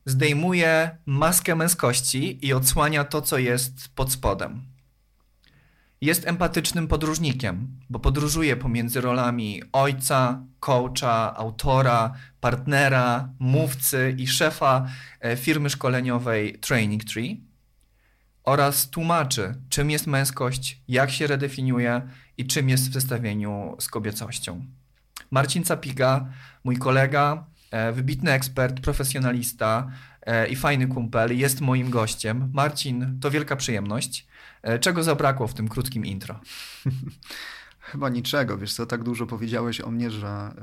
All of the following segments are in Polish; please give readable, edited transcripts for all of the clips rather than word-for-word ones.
zdejmuje maskę męskości i odsłania to, co jest pod spodem. Jest empatycznym podróżnikiem, bo podróżuje pomiędzy rolami ojca, coacha, autora, partnera, mówcy i szefa firmy szkoleniowej Training Tree oraz tłumaczy, czym jest męskość, jak się redefiniuje i czym jest w zestawieniu z kobiecością. Marcin Capiga, mój kolega, wybitny ekspert, profesjonalista i fajny kumpel, jest moim gościem. Marcin, to wielka przyjemność. Czego zabrakło w tym krótkim intro? Chyba niczego. Wiesz co, tak dużo powiedziałeś o mnie,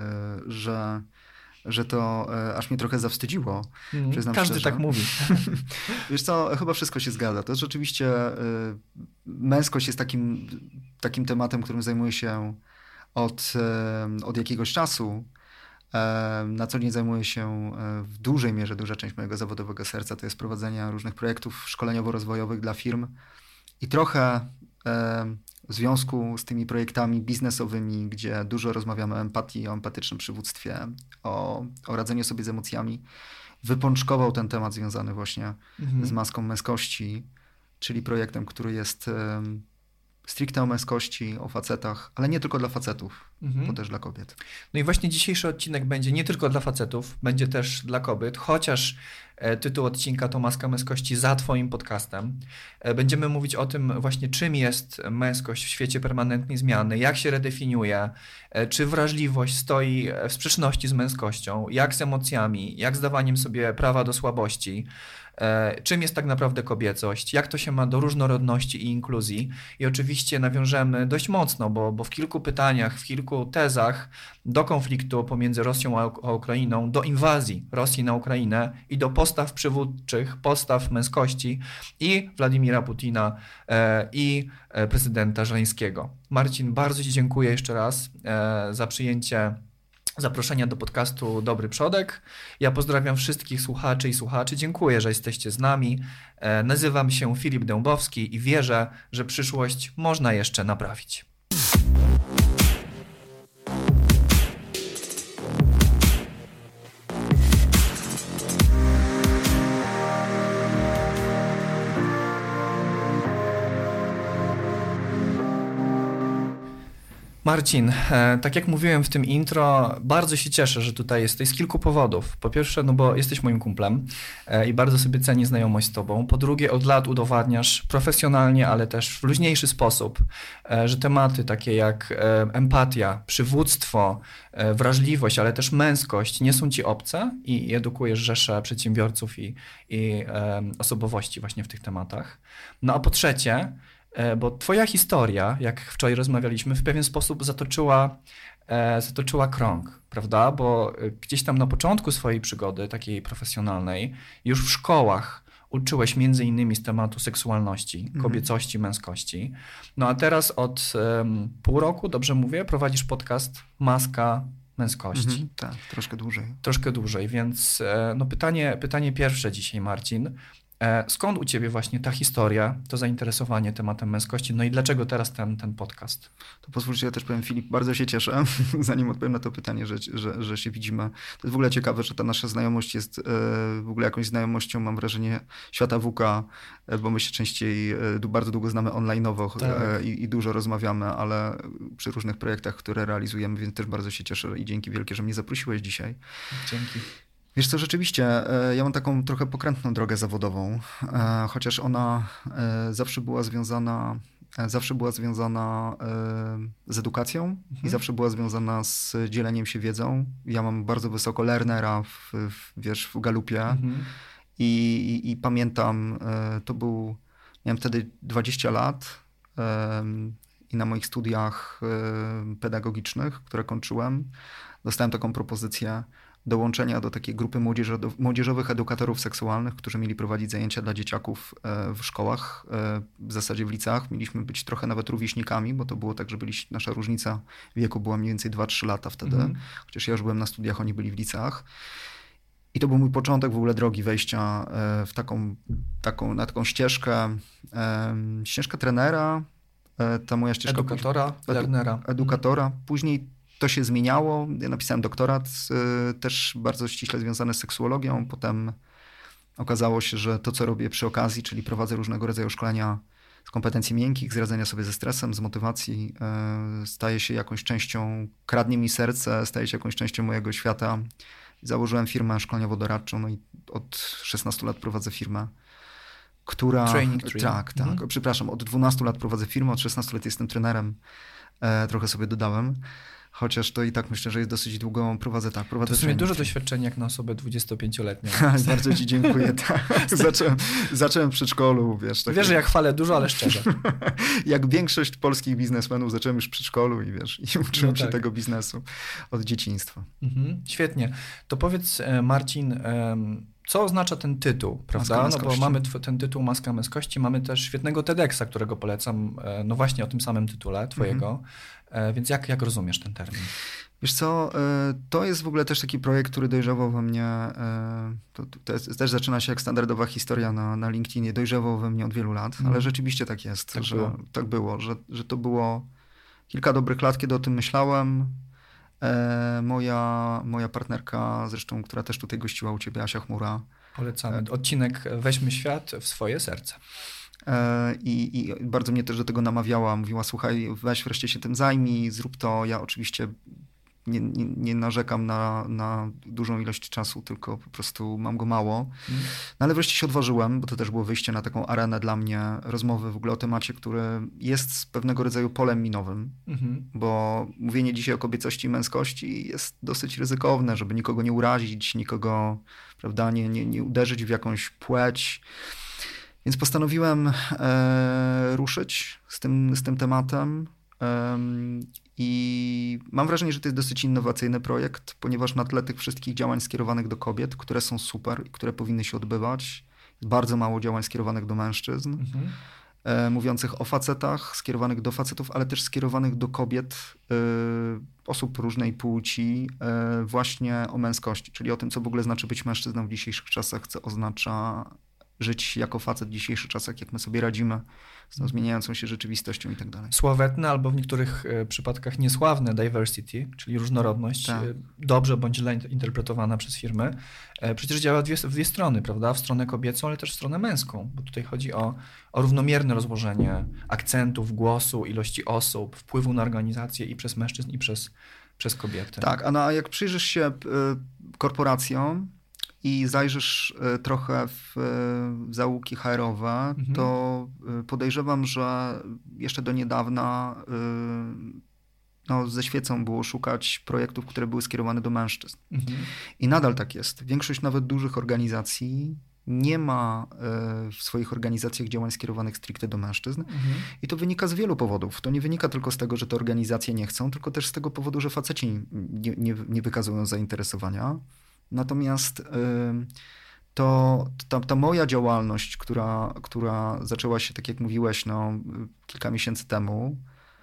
że to aż mnie trochę zawstydziło. Przyznam Każdy szczerze. tak mówi. Wiesz co, chyba wszystko się zgadza. To rzeczywiście męskość jest takim tematem, którym zajmuję się od jakiegoś czasu. Na co dzień zajmuję się w dużej mierze, duża część mojego zawodowego serca to jest prowadzenie różnych projektów szkoleniowo-rozwojowych dla firm i trochę w związku z tymi projektami biznesowymi, gdzie dużo rozmawiamy o empatii, o empatycznym przywództwie, o radzeniu sobie z emocjami, wypączkował ten temat związany właśnie z maską męskości, czyli projektem, który jest stricte o męskości, o facetach, ale nie tylko dla facetów, bo też dla kobiet. No i właśnie dzisiejszy odcinek będzie nie tylko dla facetów, będzie też dla kobiet, chociaż tytuł odcinka to Maska Męskości za twoim podcastem. Będziemy mówić o tym właśnie, czym jest męskość w świecie permanentnej zmiany, jak się redefiniuje, czy wrażliwość stoi w sprzeczności z męskością, jak z emocjami, jak z dawaniem sobie prawa do słabości, czym jest tak naprawdę kobiecość, jak to się ma do różnorodności i inkluzji. I oczywiście nawiążemy dość mocno, bo w kilku pytaniach, w kilku tezach do konfliktu pomiędzy Rosją a Ukrainą, do inwazji Rosji na Ukrainę i do postaw przywódczych, postaw męskości i Władimira Putina i prezydenta Żeleńskiego. Marcin, bardzo ci dziękuję jeszcze raz za przyjęcie zaproszenia do podcastu Dobry Przodek. Ja pozdrawiam wszystkich słuchaczy i słuchaczy. Dziękuję, że jesteście z nami. Nazywam się Filip Dębowski i wierzę, że przyszłość można jeszcze naprawić. Marcin, tak jak mówiłem w tym intro, bardzo się cieszę, że tutaj jesteś z kilku powodów. Po pierwsze, no bo jesteś moim kumplem i bardzo sobie cenię znajomość z tobą. Po drugie, od lat udowadniasz profesjonalnie, ale też w luźniejszy sposób, że tematy takie jak empatia, przywództwo, wrażliwość, ale też męskość nie są ci obce i edukujesz rzeszę przedsiębiorców i osobowości właśnie w tych tematach. No a po trzecie, bo twoja historia, jak wczoraj rozmawialiśmy, w pewien sposób zatoczyła krąg, prawda? Bo gdzieś tam na początku swojej przygody takiej profesjonalnej, już w szkołach uczyłeś między innymi z tematu seksualności, kobiecości, męskości. No a teraz od pół roku, dobrze mówię, prowadzisz podcast Maska Męskości. Tak, troszkę dłużej. Troszkę dłużej, więc no pytanie pierwsze dzisiaj, Marcin. Skąd u ciebie właśnie ta historia, to zainteresowanie tematem męskości, no i dlaczego teraz ten podcast? To pozwól, że ja też powiem, Filip, bardzo się cieszę, zanim odpowiem na to pytanie, że się widzimy. To jest w ogóle ciekawe, że ta nasza znajomość jest w ogóle jakąś znajomością, mam wrażenie, świata WK, bo my się częściej bardzo długo znamy online'owo i dużo rozmawiamy, ale przy różnych projektach, które realizujemy, więc też bardzo się cieszę i dzięki wielkie, że mnie zaprosiłeś dzisiaj. Dzięki. Wiesz co, rzeczywiście, ja mam taką trochę pokrętną drogę zawodową, chociaż ona zawsze była związana z edukacją i zawsze była związana z dzieleniem się wiedzą. Ja mam bardzo wysoko learnera w galupie i pamiętam, miałem wtedy 20 lat i na moich studiach pedagogicznych, które kończyłem, dostałem taką propozycję dołączenia do takiej grupy młodzieżowych edukatorów seksualnych, którzy mieli prowadzić zajęcia dla dzieciaków w szkołach, w zasadzie w liceach. Mieliśmy być trochę nawet rówieśnikami, bo to było tak, że nasza różnica wieku była mniej więcej 2-3 lata wtedy, chociaż ja już byłem na studiach, oni byli w liceach. I to był mój początek w ogóle drogi wejścia w na taką ścieżkę trenera, ta moja ścieżka... Edukatora. Później to się zmieniało. Ja napisałem doktorat, też bardzo ściśle związany z seksuologią. Potem Okazało się, że to, co robię przy okazji, czyli prowadzę różnego rodzaju szkolenia z kompetencji miękkich, z radzenia sobie ze stresem, z motywacji, staje się jakąś częścią, kradnie mi serce, staje się jakąś częścią mojego świata. Założyłem firmę szkoleniowo-doradczą, no i od 16 lat prowadzę firmę, która... Training Tree. Tak. Przepraszam, od 12 lat prowadzę firmę, od 16 lat jestem trenerem. Trochę sobie dodałem. Chociaż to i tak myślę, że jest dosyć długo prowadzę To w sumie duże doświadczenie jak na osobę 25-letnią. Bardzo ci dziękuję. Tak. Zacząłem w przedszkolu, wiesz. Wiesz, że ja chwalę dużo, ale szczerze. Jak większość polskich biznesmenów zacząłem już w przedszkolu i uczyłem się tego biznesu od dzieciństwa. Świetnie. To powiedz, Marcin, co oznacza ten tytuł, prawda? No bo mamy ten tytuł Maska Męskości, mamy też świetnego TEDxa, którego polecam, no właśnie o tym samym tytule twojego, więc jak rozumiesz ten termin? Wiesz co, to jest w ogóle też taki projekt, który dojrzewał we mnie, to też zaczyna się jak standardowa historia na LinkedInie, dojrzewał we mnie od wielu lat, ale rzeczywiście tak jest, że to było kilka dobrych lat, kiedy o tym myślałem. Moja partnerka, zresztą, która też tutaj gościła u ciebie, Asia Chmura. Polecamy. Odcinek Weźmy świat w swoje serce. I bardzo mnie też do tego namawiała. Mówiła, słuchaj, weź wreszcie się tym zajmij, zrób to. Ja oczywiście nie narzekam na dużą ilość czasu, tylko po prostu mam go mało. No ale wreszcie się odważyłem, bo to też było wyjście na taką arenę dla mnie, rozmowy w ogóle o temacie, który jest pewnego rodzaju polem minowym, bo mówienie dzisiaj o kobiecości i męskości jest dosyć ryzykowne, żeby nikogo nie urazić, nikogo, prawda, nie uderzyć w jakąś płeć. Więc postanowiłem ruszyć z tym tematem. I mam wrażenie, że to jest dosyć innowacyjny projekt, ponieważ na tle tych wszystkich działań skierowanych do kobiet, które są super i które powinny się odbywać, jest bardzo mało działań skierowanych do mężczyzn, mówiących o facetach, skierowanych do facetów, ale też skierowanych do kobiet, osób różnej płci, właśnie o męskości, czyli o tym, co w ogóle znaczy być mężczyzną w dzisiejszych czasach, co oznacza żyć jako facet w dzisiejszych czasach, jak my sobie radzimy z tą zmieniającą się rzeczywistością i tak dalej. Sławetne albo w niektórych przypadkach niesławne diversity, czyli różnorodność, dobrze bądź źle interpretowana przez firmy, przecież działa w dwie strony, prawda? W stronę kobiecą, ale też w stronę męską, bo tutaj chodzi o równomierne rozłożenie akcentów, głosu, ilości osób, wpływu na organizację i przez mężczyzn, i przez kobiety. Tak, a jak przyjrzysz się korporacjom, i zajrzysz trochę w zaułki HR-owe, to podejrzewam, że jeszcze do niedawna ze świecą było szukać projektów, które były skierowane do mężczyzn. I nadal tak jest. Większość nawet dużych organizacji nie ma w swoich organizacjach działań skierowanych stricte do mężczyzn. I to wynika z wielu powodów. To nie wynika tylko z tego, że te organizacje nie chcą, tylko też z tego powodu, że faceci nie wykazują zainteresowania. Natomiast ta moja działalność, która zaczęła się, tak jak mówiłeś, kilka miesięcy temu,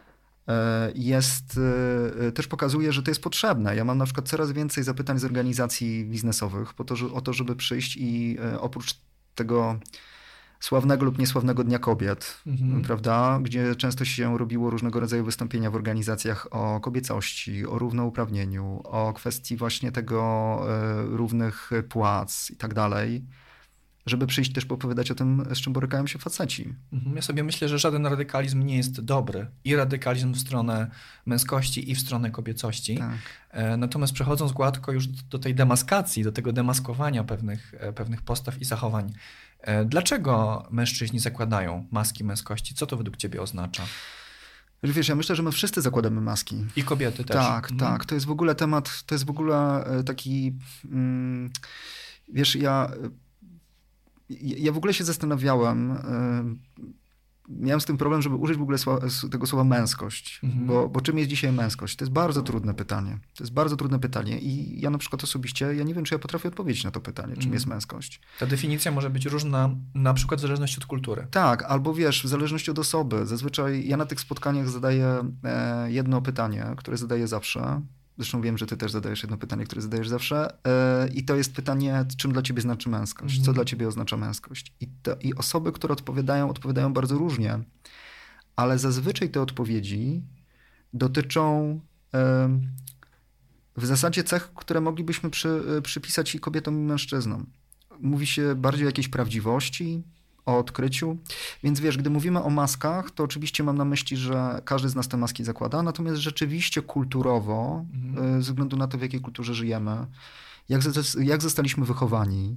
też pokazuje, że to jest potrzebne. Ja mam na przykład coraz więcej zapytań z organizacji biznesowych o to, żeby przyjść i oprócz tego sławnego lub niesławnego Dnia Kobiet, prawda, gdzie często się robiło różnego rodzaju wystąpienia w organizacjach o kobiecości, o równouprawnieniu, o kwestii właśnie tego równych płac i tak dalej, żeby przyjść też opowiadać o tym, z czym borykają się faceci. Ja sobie myślę, że żaden radykalizm nie jest dobry. I radykalizm w stronę męskości, i w stronę kobiecości. Tak. Natomiast przechodząc gładko już do tej demaskacji, do tego demaskowania pewnych postaw i zachowań, dlaczego mężczyźni zakładają maski męskości? Co to według ciebie oznacza? Wiesz, ja myślę, że my wszyscy zakładamy maski. I kobiety też. Tak. To jest w ogóle temat, to jest w ogóle taki... Wiesz, ja w ogóle się zastanawiałem, miałem z tym problem, żeby użyć w ogóle tego słowa męskość, bo czym jest dzisiaj męskość? To jest bardzo trudne pytanie. I ja na przykład osobiście, ja nie wiem, czy ja potrafię odpowiedzieć na to pytanie, czym jest męskość. Ta definicja może być różna, na przykład w zależności od kultury. Tak, albo wiesz, w zależności od osoby. Zazwyczaj ja na tych spotkaniach zadaję jedno pytanie, które zadaję zawsze. Zresztą wiem, że ty też zadajesz jedno pytanie, które zadajesz zawsze. I to jest pytanie, czym dla ciebie znaczy męskość? Co dla ciebie oznacza męskość? I osoby, które odpowiadają bardzo różnie. Ale zazwyczaj te odpowiedzi dotyczą w zasadzie cech, które moglibyśmy przypisać i kobietom, i mężczyznom. mówi się bardziej o jakiejś prawdziwości, o odkryciu. Więc wiesz, gdy mówimy o maskach, to oczywiście mam na myśli, że każdy z nas te maski zakłada, natomiast rzeczywiście kulturowo, ze względu na to, w jakiej kulturze żyjemy, jak zostaliśmy wychowani,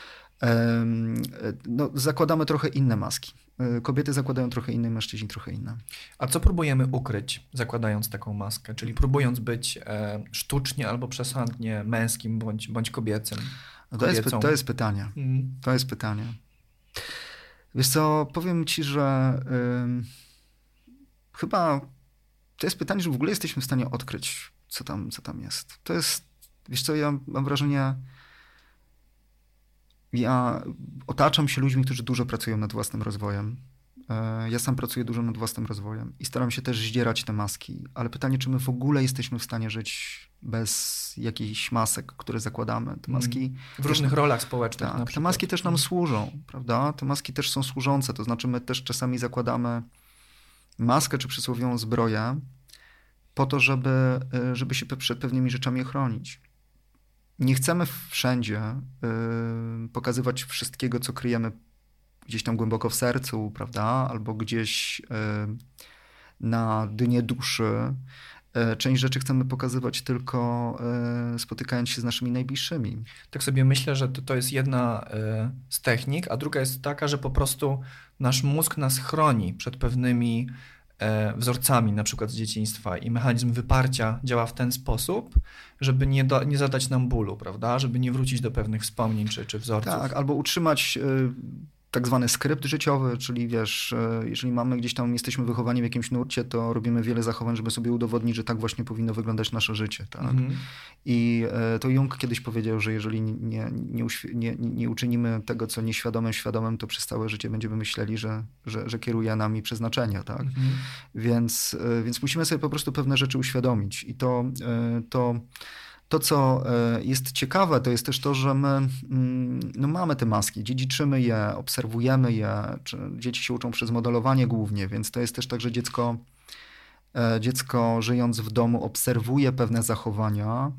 no, zakładamy trochę inne maski. Kobiety zakładają trochę inne, mężczyźni trochę inne. A co próbujemy ukryć, zakładając taką maskę? Czyli próbując być sztucznie albo przesadnie męskim bądź kobiecym. To jest pytanie. To jest pytanie. Wiesz co, powiem ci, że chyba to jest pytanie, że w ogóle jesteśmy w stanie odkryć, co tam jest. To jest, wiesz co, ja mam wrażenie, ja otaczam się ludźmi, którzy dużo pracują nad własnym rozwojem. Ja sam pracuję dużo nad własnym rozwojem i staram się też zdzierać te maski, ale pytanie, czy my w ogóle jesteśmy w stanie żyć bez jakichś masek, które zakładamy. Te maski w różnych rolach społecznych. Tak, te maski też nam służą, prawda? Te maski też są służące, to znaczy my też czasami zakładamy maskę czy przysłowiową zbroję po to, żeby się przed pewnymi rzeczami chronić. Nie chcemy wszędzie pokazywać wszystkiego, co kryjemy gdzieś tam głęboko w sercu, prawda? Albo gdzieś na dnie duszy. Część rzeczy chcemy pokazywać tylko spotykając się z naszymi najbliższymi. Tak sobie myślę, że to jest jedna z technik, a druga jest taka, że po prostu nasz mózg nas chroni przed pewnymi wzorcami, na przykład z dzieciństwa, i mechanizm wyparcia działa w ten sposób, żeby nie zadać nam bólu, prawda? Żeby nie wrócić do pewnych wspomnień czy wzorców. Tak, albo utrzymać tak zwany skrypt życiowy, czyli wiesz, jeżeli mamy gdzieś tam, jesteśmy wychowani w jakimś nurcie, to robimy wiele zachowań, żeby sobie udowodnić, że tak właśnie powinno wyglądać nasze życie. Tak? I to Jung kiedyś powiedział, że jeżeli nie uczynimy tego, co nieświadomym świadomym, to przez całe życie będziemy myśleli, że kieruje nami przeznaczenie. Tak? Więc musimy sobie po prostu pewne rzeczy uświadomić. I to, co jest ciekawe, to jest też to, że my mamy te maski, dziedziczymy je, obserwujemy je, dzieci się uczą przez modelowanie głównie, więc to jest też tak, że dziecko żyjąc w domu obserwuje pewne zachowania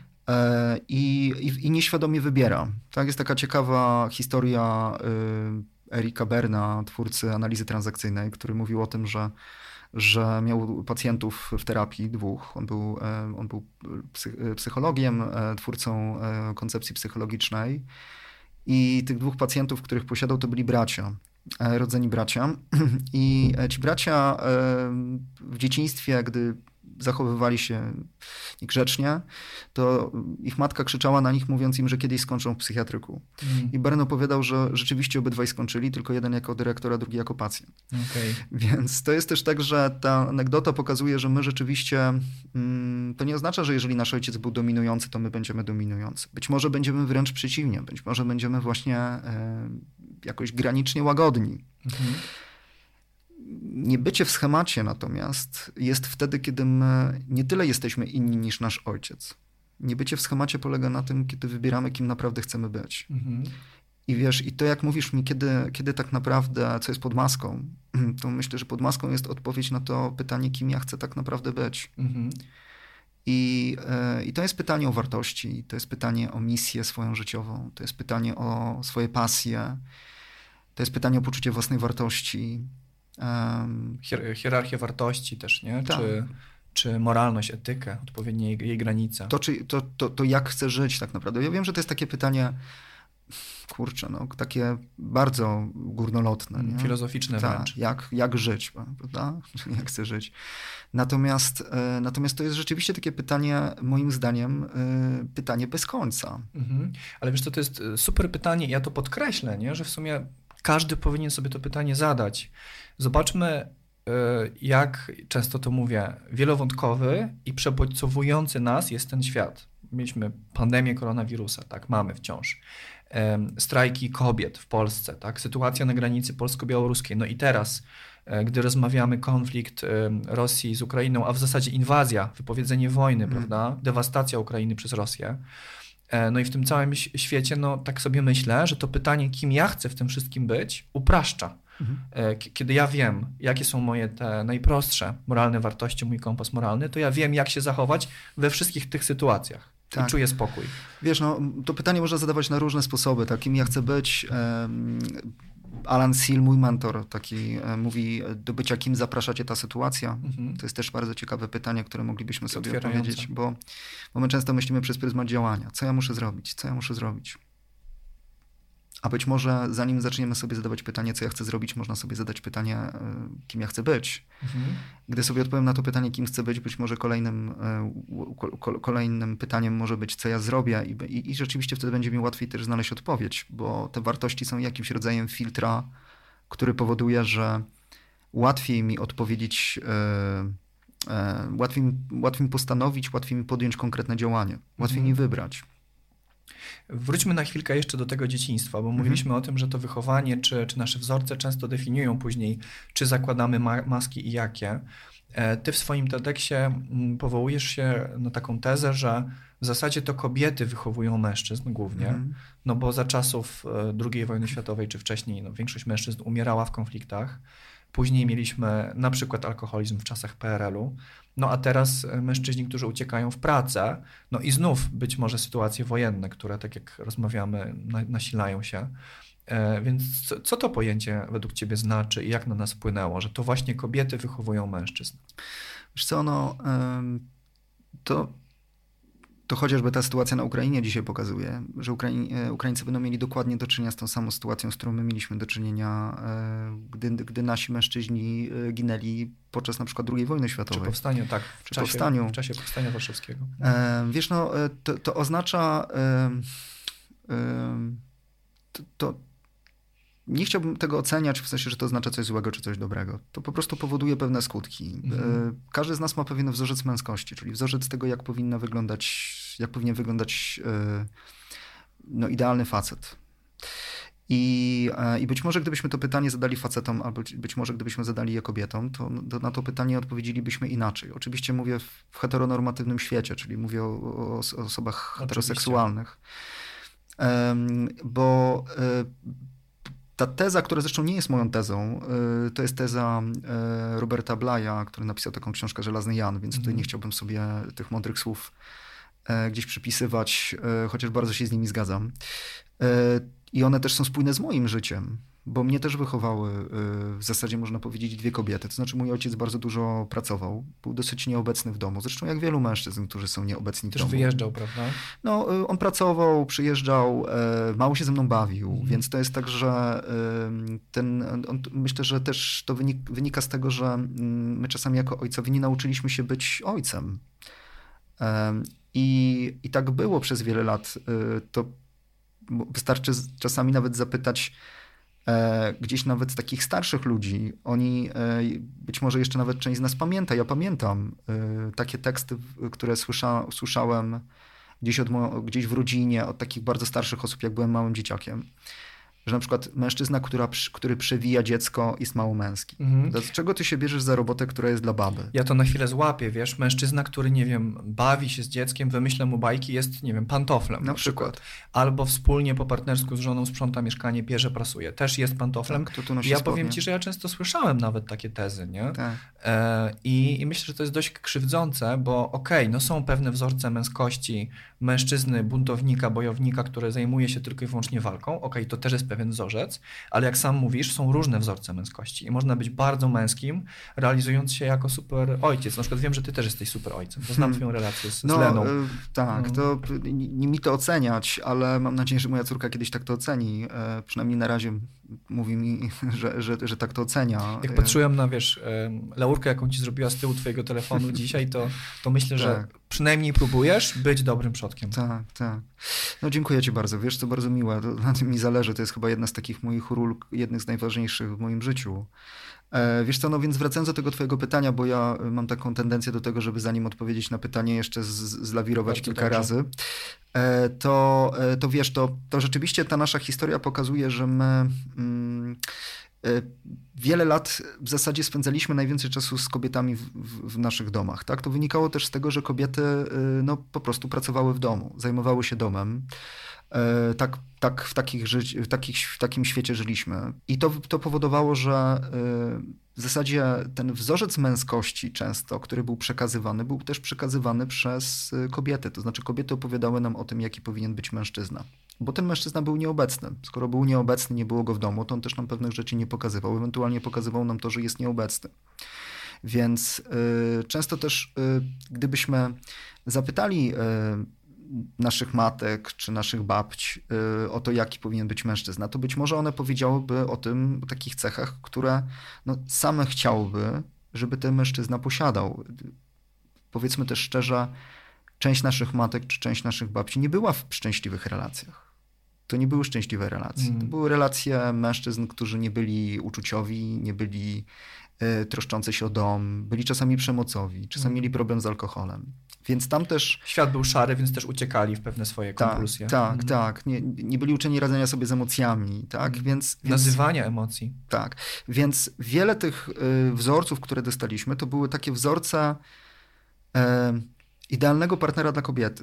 i nieświadomie wybiera. Tak, jest taka ciekawa historia Erika Berna, twórcy analizy transakcyjnej, który mówił o tym, że miał pacjentów w terapii, dwóch. On był psychologiem, twórcą koncepcji psychologicznej i tych dwóch pacjentów, których posiadał, to byli bracia, rodzeni bracia. I ci bracia w dzieciństwie, gdy zachowywali się niegrzecznie, to ich matka krzyczała na nich, mówiąc im, że kiedyś skończą w psychiatryku. I Bern opowiadał, że rzeczywiście obydwaj skończyli, tylko jeden jako dyrektor, a drugi jako pacjent. Okay. Więc to jest też tak, że ta anegdota pokazuje, że my rzeczywiście, to nie oznacza, że jeżeli nasz ojciec był dominujący, to my będziemy dominujący. Być może będziemy wręcz przeciwnie, być może będziemy właśnie jakoś granicznie łagodni. Niebycie w schemacie natomiast jest wtedy, kiedy my nie tyle jesteśmy inni niż nasz ojciec. Niebycie w schemacie polega na tym, kiedy wybieramy, kim naprawdę chcemy być. I wiesz, i to jak mówisz mi, kiedy tak naprawdę, co jest pod maską, to myślę, że pod maską jest odpowiedź na to pytanie, kim ja chcę tak naprawdę być. I to jest pytanie o wartości, to jest pytanie o misję swoją życiową, to jest pytanie o swoje pasje, to jest pytanie o poczucie własnej wartości. Hierarchię wartości też, nie? Tak. Czy moralność, etykę, odpowiednie jej granice. To jak chcę żyć tak naprawdę. Ja wiem, że to jest takie pytanie, kurczę, takie bardzo górnolotne. Nie? Filozoficzne wręcz. Jak żyć, prawda? Jak chcę żyć. Natomiast to jest rzeczywiście takie pytanie, moim zdaniem, pytanie bez końca. Ale wiesz co, to jest super pytanie i ja to podkreślę, nie? Że w sumie każdy powinien sobie to pytanie zadać. Zobaczmy, jak często to mówię, wielowątkowy i przebodźcowujący nas jest ten świat. Mieliśmy pandemię koronawirusa, tak, mamy wciąż. Strajki kobiet w Polsce, tak, sytuacja na granicy polsko-białoruskiej. No i teraz, gdy rozmawiamy, konflikt Rosji z Ukrainą, a w zasadzie inwazja, wypowiedzenie wojny, prawda, dewastacja Ukrainy przez Rosję. No i w tym całym świecie, no tak sobie myślę, że to pytanie, kim ja chcę w tym wszystkim być, upraszcza. Kiedy ja wiem, jakie są moje te najprostsze moralne wartości, mój kompas moralny, to ja wiem, jak się zachować we wszystkich tych sytuacjach. i czuję spokój. Wiesz, no, to pytanie można zadawać na różne sposoby. Kim ja chcę być. Alan Seal, mój mentor, taki mówi, do bycia kim zaprasza cię ta sytuacja. To jest też bardzo ciekawe pytanie, które moglibyśmy sobie odpowiedzieć, bo my często myślimy przez pryzmat działania. Co ja muszę zrobić? Co ja muszę zrobić? A być może zanim zaczniemy sobie zadawać pytanie, co ja chcę zrobić, można sobie zadać pytanie, kim ja chcę być. Gdy sobie odpowiem na to pytanie, kim chcę być może kolejnym pytaniem może być, co ja zrobię i rzeczywiście wtedy będzie mi łatwiej też znaleźć odpowiedź, bo te wartości są jakimś rodzajem filtra, który powoduje, że łatwiej mi odpowiedzieć, łatwiej mi postanowić, łatwiej mi podjąć konkretne działanie, łatwiej mi wybrać. Wróćmy na chwilkę jeszcze do tego dzieciństwa, bo mówiliśmy o tym, że to wychowanie czy nasze wzorce często definiują później, czy zakładamy maski i jakie. Ty w swoim TEDxie powołujesz się na taką tezę, że w zasadzie to kobiety wychowują mężczyzn głównie, no bo za czasów II wojny światowej czy wcześniej większość mężczyzn umierała w konfliktach. Później mieliśmy na przykład alkoholizm w czasach PRL-u. No a teraz mężczyźni, którzy uciekają w pracę, no i znów być może sytuacje wojenne, które tak jak rozmawiamy nasilają się. Więc co to pojęcie według ciebie znaczy i jak na nas wpłynęło, że to właśnie kobiety wychowują mężczyzn? Wiesz co, to chociażby ta sytuacja na Ukrainie dzisiaj pokazuje, że Ukraińcy będą mieli dokładnie do czynienia z tą samą sytuacją, z którą my mieliśmy do czynienia, gdy nasi mężczyźni ginęli podczas na przykład II wojny światowej. Czy powstaniu, tak. W czasie powstania warszawskiego. Wiesz, to oznacza... Nie chciałbym tego oceniać w sensie, że to oznacza coś złego czy coś dobrego. To po prostu powoduje pewne skutki. Każdy z nas ma pewien wzorzec męskości, czyli wzorzec tego, jak powinien wyglądać idealny facet. I być może gdybyśmy to pytanie zadali facetom, albo być może gdybyśmy zadali je kobietom, to na to pytanie odpowiedzielibyśmy inaczej. Oczywiście mówię w heteronormatywnym świecie, czyli mówię o osobach heteroseksualnych. Bo ta teza, która zresztą nie jest moją tezą, to jest teza Roberta Blaya, który napisał taką książkę Żelazny Jan, więc tutaj nie chciałbym sobie tych mądrych słów gdzieś przypisywać, chociaż bardzo się z nimi zgadzam. I one też są spójne z moim życiem, bo mnie też wychowały w zasadzie można powiedzieć dwie kobiety. To znaczy mój ojciec bardzo dużo pracował, był dosyć nieobecny w domu. Zresztą jak wielu mężczyzn, którzy są nieobecni w domu. Też wyjeżdżał, prawda? No, on pracował, przyjeżdżał, mało się ze mną bawił, więc to jest tak, że myślę, że też to wynika z tego, że my czasami jako ojcowie nie nauczyliśmy się być ojcem. I tak było przez wiele lat. To wystarczy czasami nawet zapytać gdzieś nawet z takich starszych ludzi. Oni, być może jeszcze nawet część z nas pamięta. Ja pamiętam takie teksty, które słyszałem gdzieś w rodzinie od takich bardzo starszych osób, jak byłem małym dzieciakiem. Że na przykład mężczyzna, który przewija dziecko, jest mało męski. Dlaczego ty się bierzesz za robotę, która jest dla baby? Ja to na chwilę złapię, wiesz, mężczyzna, który, nie wiem, bawi się z dzieckiem, wymyśla mu bajki, jest, nie wiem, pantoflem na przykład. Albo wspólnie po partnersku z żoną sprząta mieszkanie, pierze, prasuje. Też jest pantoflem. Tak, to nosi ja spodnie. powiem ci, że ja często słyszałem nawet takie tezy, nie? Tak. I myślę, że to jest dość krzywdzące, bo no są pewne wzorce męskości mężczyzny, buntownika, bojownika, który zajmuje się tylko i wyłącznie walką. To też jest pewien wzorzec, ale jak sam mówisz, są różne wzorce męskości i można być bardzo męskim, realizując się jako super ojciec. Na przykład wiem, że ty też jesteś super ojcem, bo znam twoją relację z Leną. Tak, to nie mi to oceniać, ale mam nadzieję, że moja córka kiedyś tak to oceni. Przynajmniej na razie mówi mi, że tak to ocenia. Jak patrzyłem na, wiesz, laurkę, jaką ci zrobiła z tyłu twojego telefonu dzisiaj, to myślę, że przynajmniej próbujesz być dobrym przodkiem. Tak. No dziękuję ci bardzo. Wiesz, to bardzo miłe. Na tym mi zależy. To jest chyba jedna z takich moich ról, jednych z najważniejszych w moim życiu. Wiesz co, no więc wracając do tego twojego pytania, bo ja mam taką tendencję do tego, żeby zanim odpowiedzieć na pytanie jeszcze zlawirować kilka razy, to wiesz, to rzeczywiście ta nasza historia pokazuje, że my wiele lat w zasadzie spędzaliśmy najwięcej czasu z kobietami w naszych domach. Tak? To wynikało też z tego, że kobiety po prostu pracowały w domu, zajmowały się domem. Tak w takim świecie żyliśmy. I to powodowało, że w zasadzie ten wzorzec męskości często, który był przekazywany, był też przekazywany przez kobiety. To znaczy kobiety opowiadały nam o tym, jaki powinien być mężczyzna. Bo ten mężczyzna był nieobecny. Skoro był nieobecny, nie było go w domu, to on też nam pewnych rzeczy nie pokazywał. Ewentualnie pokazywał nam to, że jest nieobecny. Więc często też, gdybyśmy zapytali naszych matek czy naszych babć o to, jaki powinien być mężczyzna, to być może one powiedziałyby o tym, o takich cechach, które same chciałyby, żeby ten mężczyzna posiadał. Powiedzmy też szczerze, część naszych matek czy część naszych babci nie była w szczęśliwych relacjach. To nie były szczęśliwe relacje. To były relacje mężczyzn, którzy nie byli uczuciowi, nie byli troszczący się o dom, byli czasami przemocowi, czasami mieli problem z alkoholem. Więc tam też... Świat był szary, więc też uciekali w pewne swoje kompulsje. Tak. Nie byli uczeni radzenia sobie z emocjami. Tak? Więc nazywania emocji. Tak. Więc wiele tych wzorców, które dostaliśmy, to były takie wzorce idealnego partnera dla kobiety.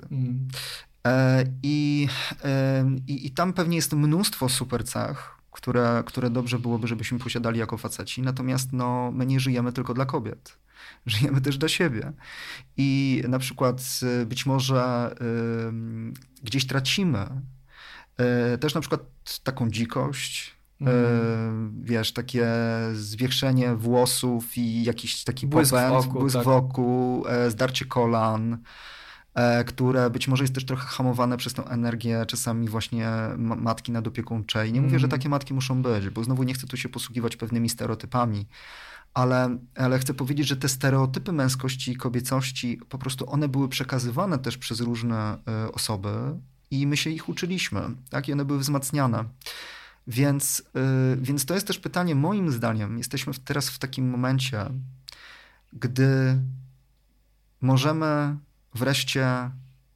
I tam pewnie jest mnóstwo super cech, które dobrze byłoby, żebyśmy posiadali jako faceci. Natomiast my nie żyjemy tylko dla kobiet. Żyjemy też dla siebie. I na przykład być może gdzieś tracimy też na przykład taką dzikość, wiesz, takie zwiechrzenie włosów i jakiś taki błysk wokół, zdarcie kolan, które być może jest też trochę hamowane przez tą energię czasami właśnie matki nadopiekuńczej. Nie mówię, że takie matki muszą być, bo znowu nie chcę tu się posługiwać pewnymi stereotypami, ale chcę powiedzieć, że te stereotypy męskości i kobiecości, po prostu one były przekazywane też przez różne osoby i my się ich uczyliśmy, tak? I one były wzmacniane. Więc to jest też pytanie, moim zdaniem, jesteśmy teraz w takim momencie, gdy możemy wreszcie,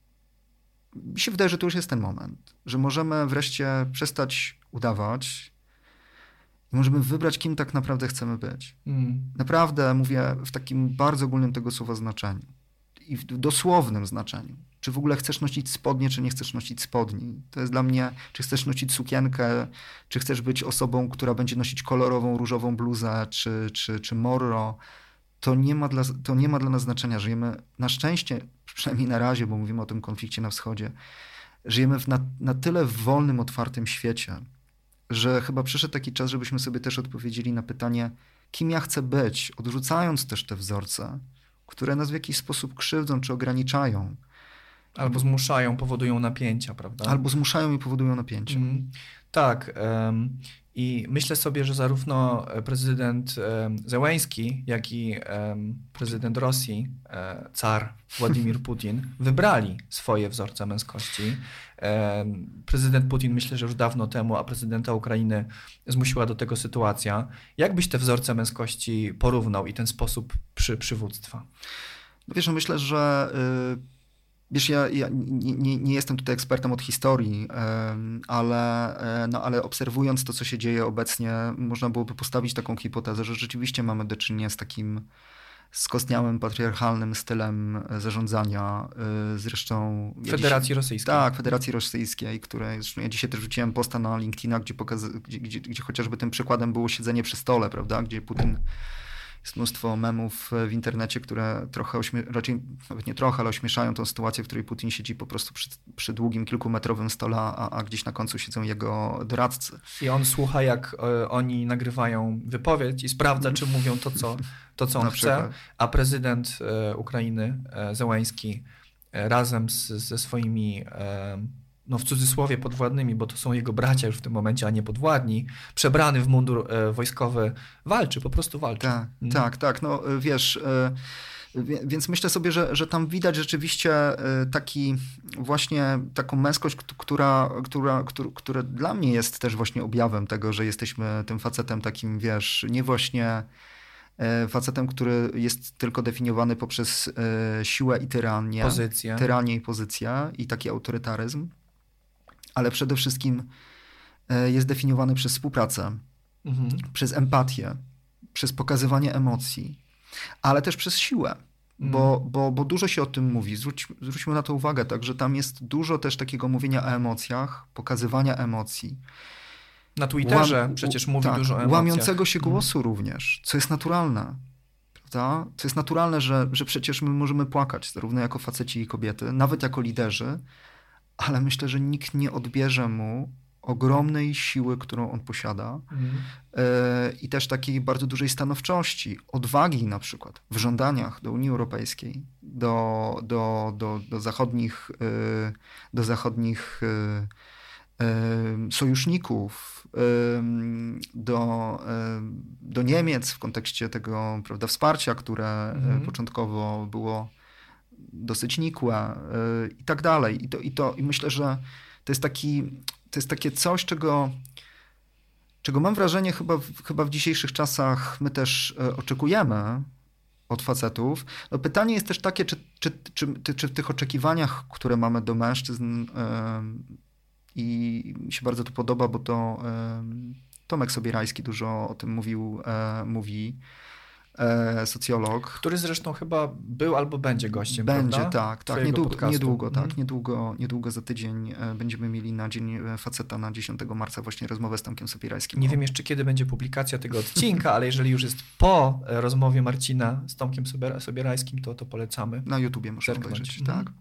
mi się wydaje, że to już jest ten moment, że możemy wreszcie przestać udawać i możemy wybrać, kim tak naprawdę chcemy być. Naprawdę mówię w takim bardzo ogólnym tego słowa znaczeniu i w dosłownym znaczeniu. Czy w ogóle chcesz nosić spodnie, czy nie chcesz nosić spodni. To jest dla mnie, czy chcesz nosić sukienkę, czy chcesz być osobą, która będzie nosić kolorową, różową bluzę, czy morro. To nie ma dla nas znaczenia. Żyjemy na szczęście, przynajmniej na razie, bo mówimy o tym konflikcie na wschodzie, żyjemy na tyle wolnym, otwartym świecie, że chyba przyszedł taki czas, żebyśmy sobie też odpowiedzieli na pytanie, kim ja chcę być, odrzucając też te wzorce, które nas w jakiś sposób krzywdzą czy ograniczają. Albo zmuszają, powodują napięcia, prawda? Albo zmuszają i powodują napięcia. Tak. I myślę sobie, że zarówno prezydent Zełenski, jak i prezydent Rosji, car Władimir Putin, wybrali swoje wzorce męskości. Prezydent Putin myślę, że już dawno temu, a prezydenta Ukrainy zmusiła do tego sytuacja. Jak byś te wzorce męskości porównał i ten sposób przywództwa? No wiesz, myślę, że... Wiesz, ja nie jestem tutaj ekspertem od historii, ale obserwując to, co się dzieje obecnie, można byłoby postawić taką hipotezę, że rzeczywiście mamy do czynienia z takim skostniałym, patriarchalnym stylem zarządzania. Zresztą... Federacji Rosyjskiej. Tak, Federacji Rosyjskiej, zresztą ja dzisiaj też wrzuciłem posta na LinkedIna, gdzie chociażby tym przykładem było siedzenie przy stole, prawda, gdzie Putin... Jest mnóstwo memów w internecie, które trochę, raczej nawet nie trochę, ale ośmieszają tą sytuację, w której Putin siedzi po prostu przy długim, kilkumetrowym stole, a gdzieś na końcu siedzą jego doradcy. I on słucha, jak oni nagrywają wypowiedź i sprawdza, czy mówią to, co on chce, a prezydent Ukrainy, Zełenski, razem ze swoimi... w cudzysłowie podwładnymi, bo to są jego bracia już w tym momencie, a nie podwładni, przebrany w mundur wojskowy, po prostu walczy. Tak. No wiesz, więc myślę sobie, że tam widać rzeczywiście taką męskość, która dla mnie jest też właśnie objawem tego, że jesteśmy tym facetem takim, wiesz, nie właśnie facetem, który jest tylko definiowany poprzez siłę i tyranię. Tyranię i pozycję i taki autorytaryzm, ale przede wszystkim jest definiowany przez współpracę, przez empatię, przez pokazywanie emocji, ale też przez siłę. bo dużo się o tym mówi. Zwróćmy na to uwagę, także tam jest dużo też takiego mówienia o emocjach, pokazywania emocji. Na Twitterze przecież mówi dużo o emocjach. Łamiącego się głosu również, co jest naturalne. Prawda? Co jest naturalne, że przecież my możemy płakać, zarówno jako faceci i kobiety, nawet jako liderzy, ale myślę, że nikt nie odbierze mu ogromnej siły, którą on posiada i też takiej bardzo dużej stanowczości, odwagi na przykład w żądaniach do Unii Europejskiej, do zachodnich sojuszników, do Niemiec w kontekście tego, prawda, wsparcia, które początkowo było dosyć nikłe i tak dalej. I myślę, że to jest takie coś, czego mam wrażenie chyba w dzisiejszych czasach my też oczekujemy od facetów. No pytanie jest też takie, czy w tych oczekiwaniach, które mamy do mężczyzn, i mi się bardzo to podoba, bo to Tomek Sobierajski dużo o tym mówi, socjolog. Który zresztą chyba był albo będzie gościem, będzie, prawda? Tak. Niedługo za tydzień będziemy mieli na Dzień Faceta na 10 marca właśnie rozmowę z Tomkiem Sobierajskim. Nie wiem jeszcze, kiedy będzie publikacja tego odcinka, ale jeżeli już jest po rozmowie Marcina z Tomkiem Sobierajskim, to polecamy. Na YouTubie można obejrzeć, tak.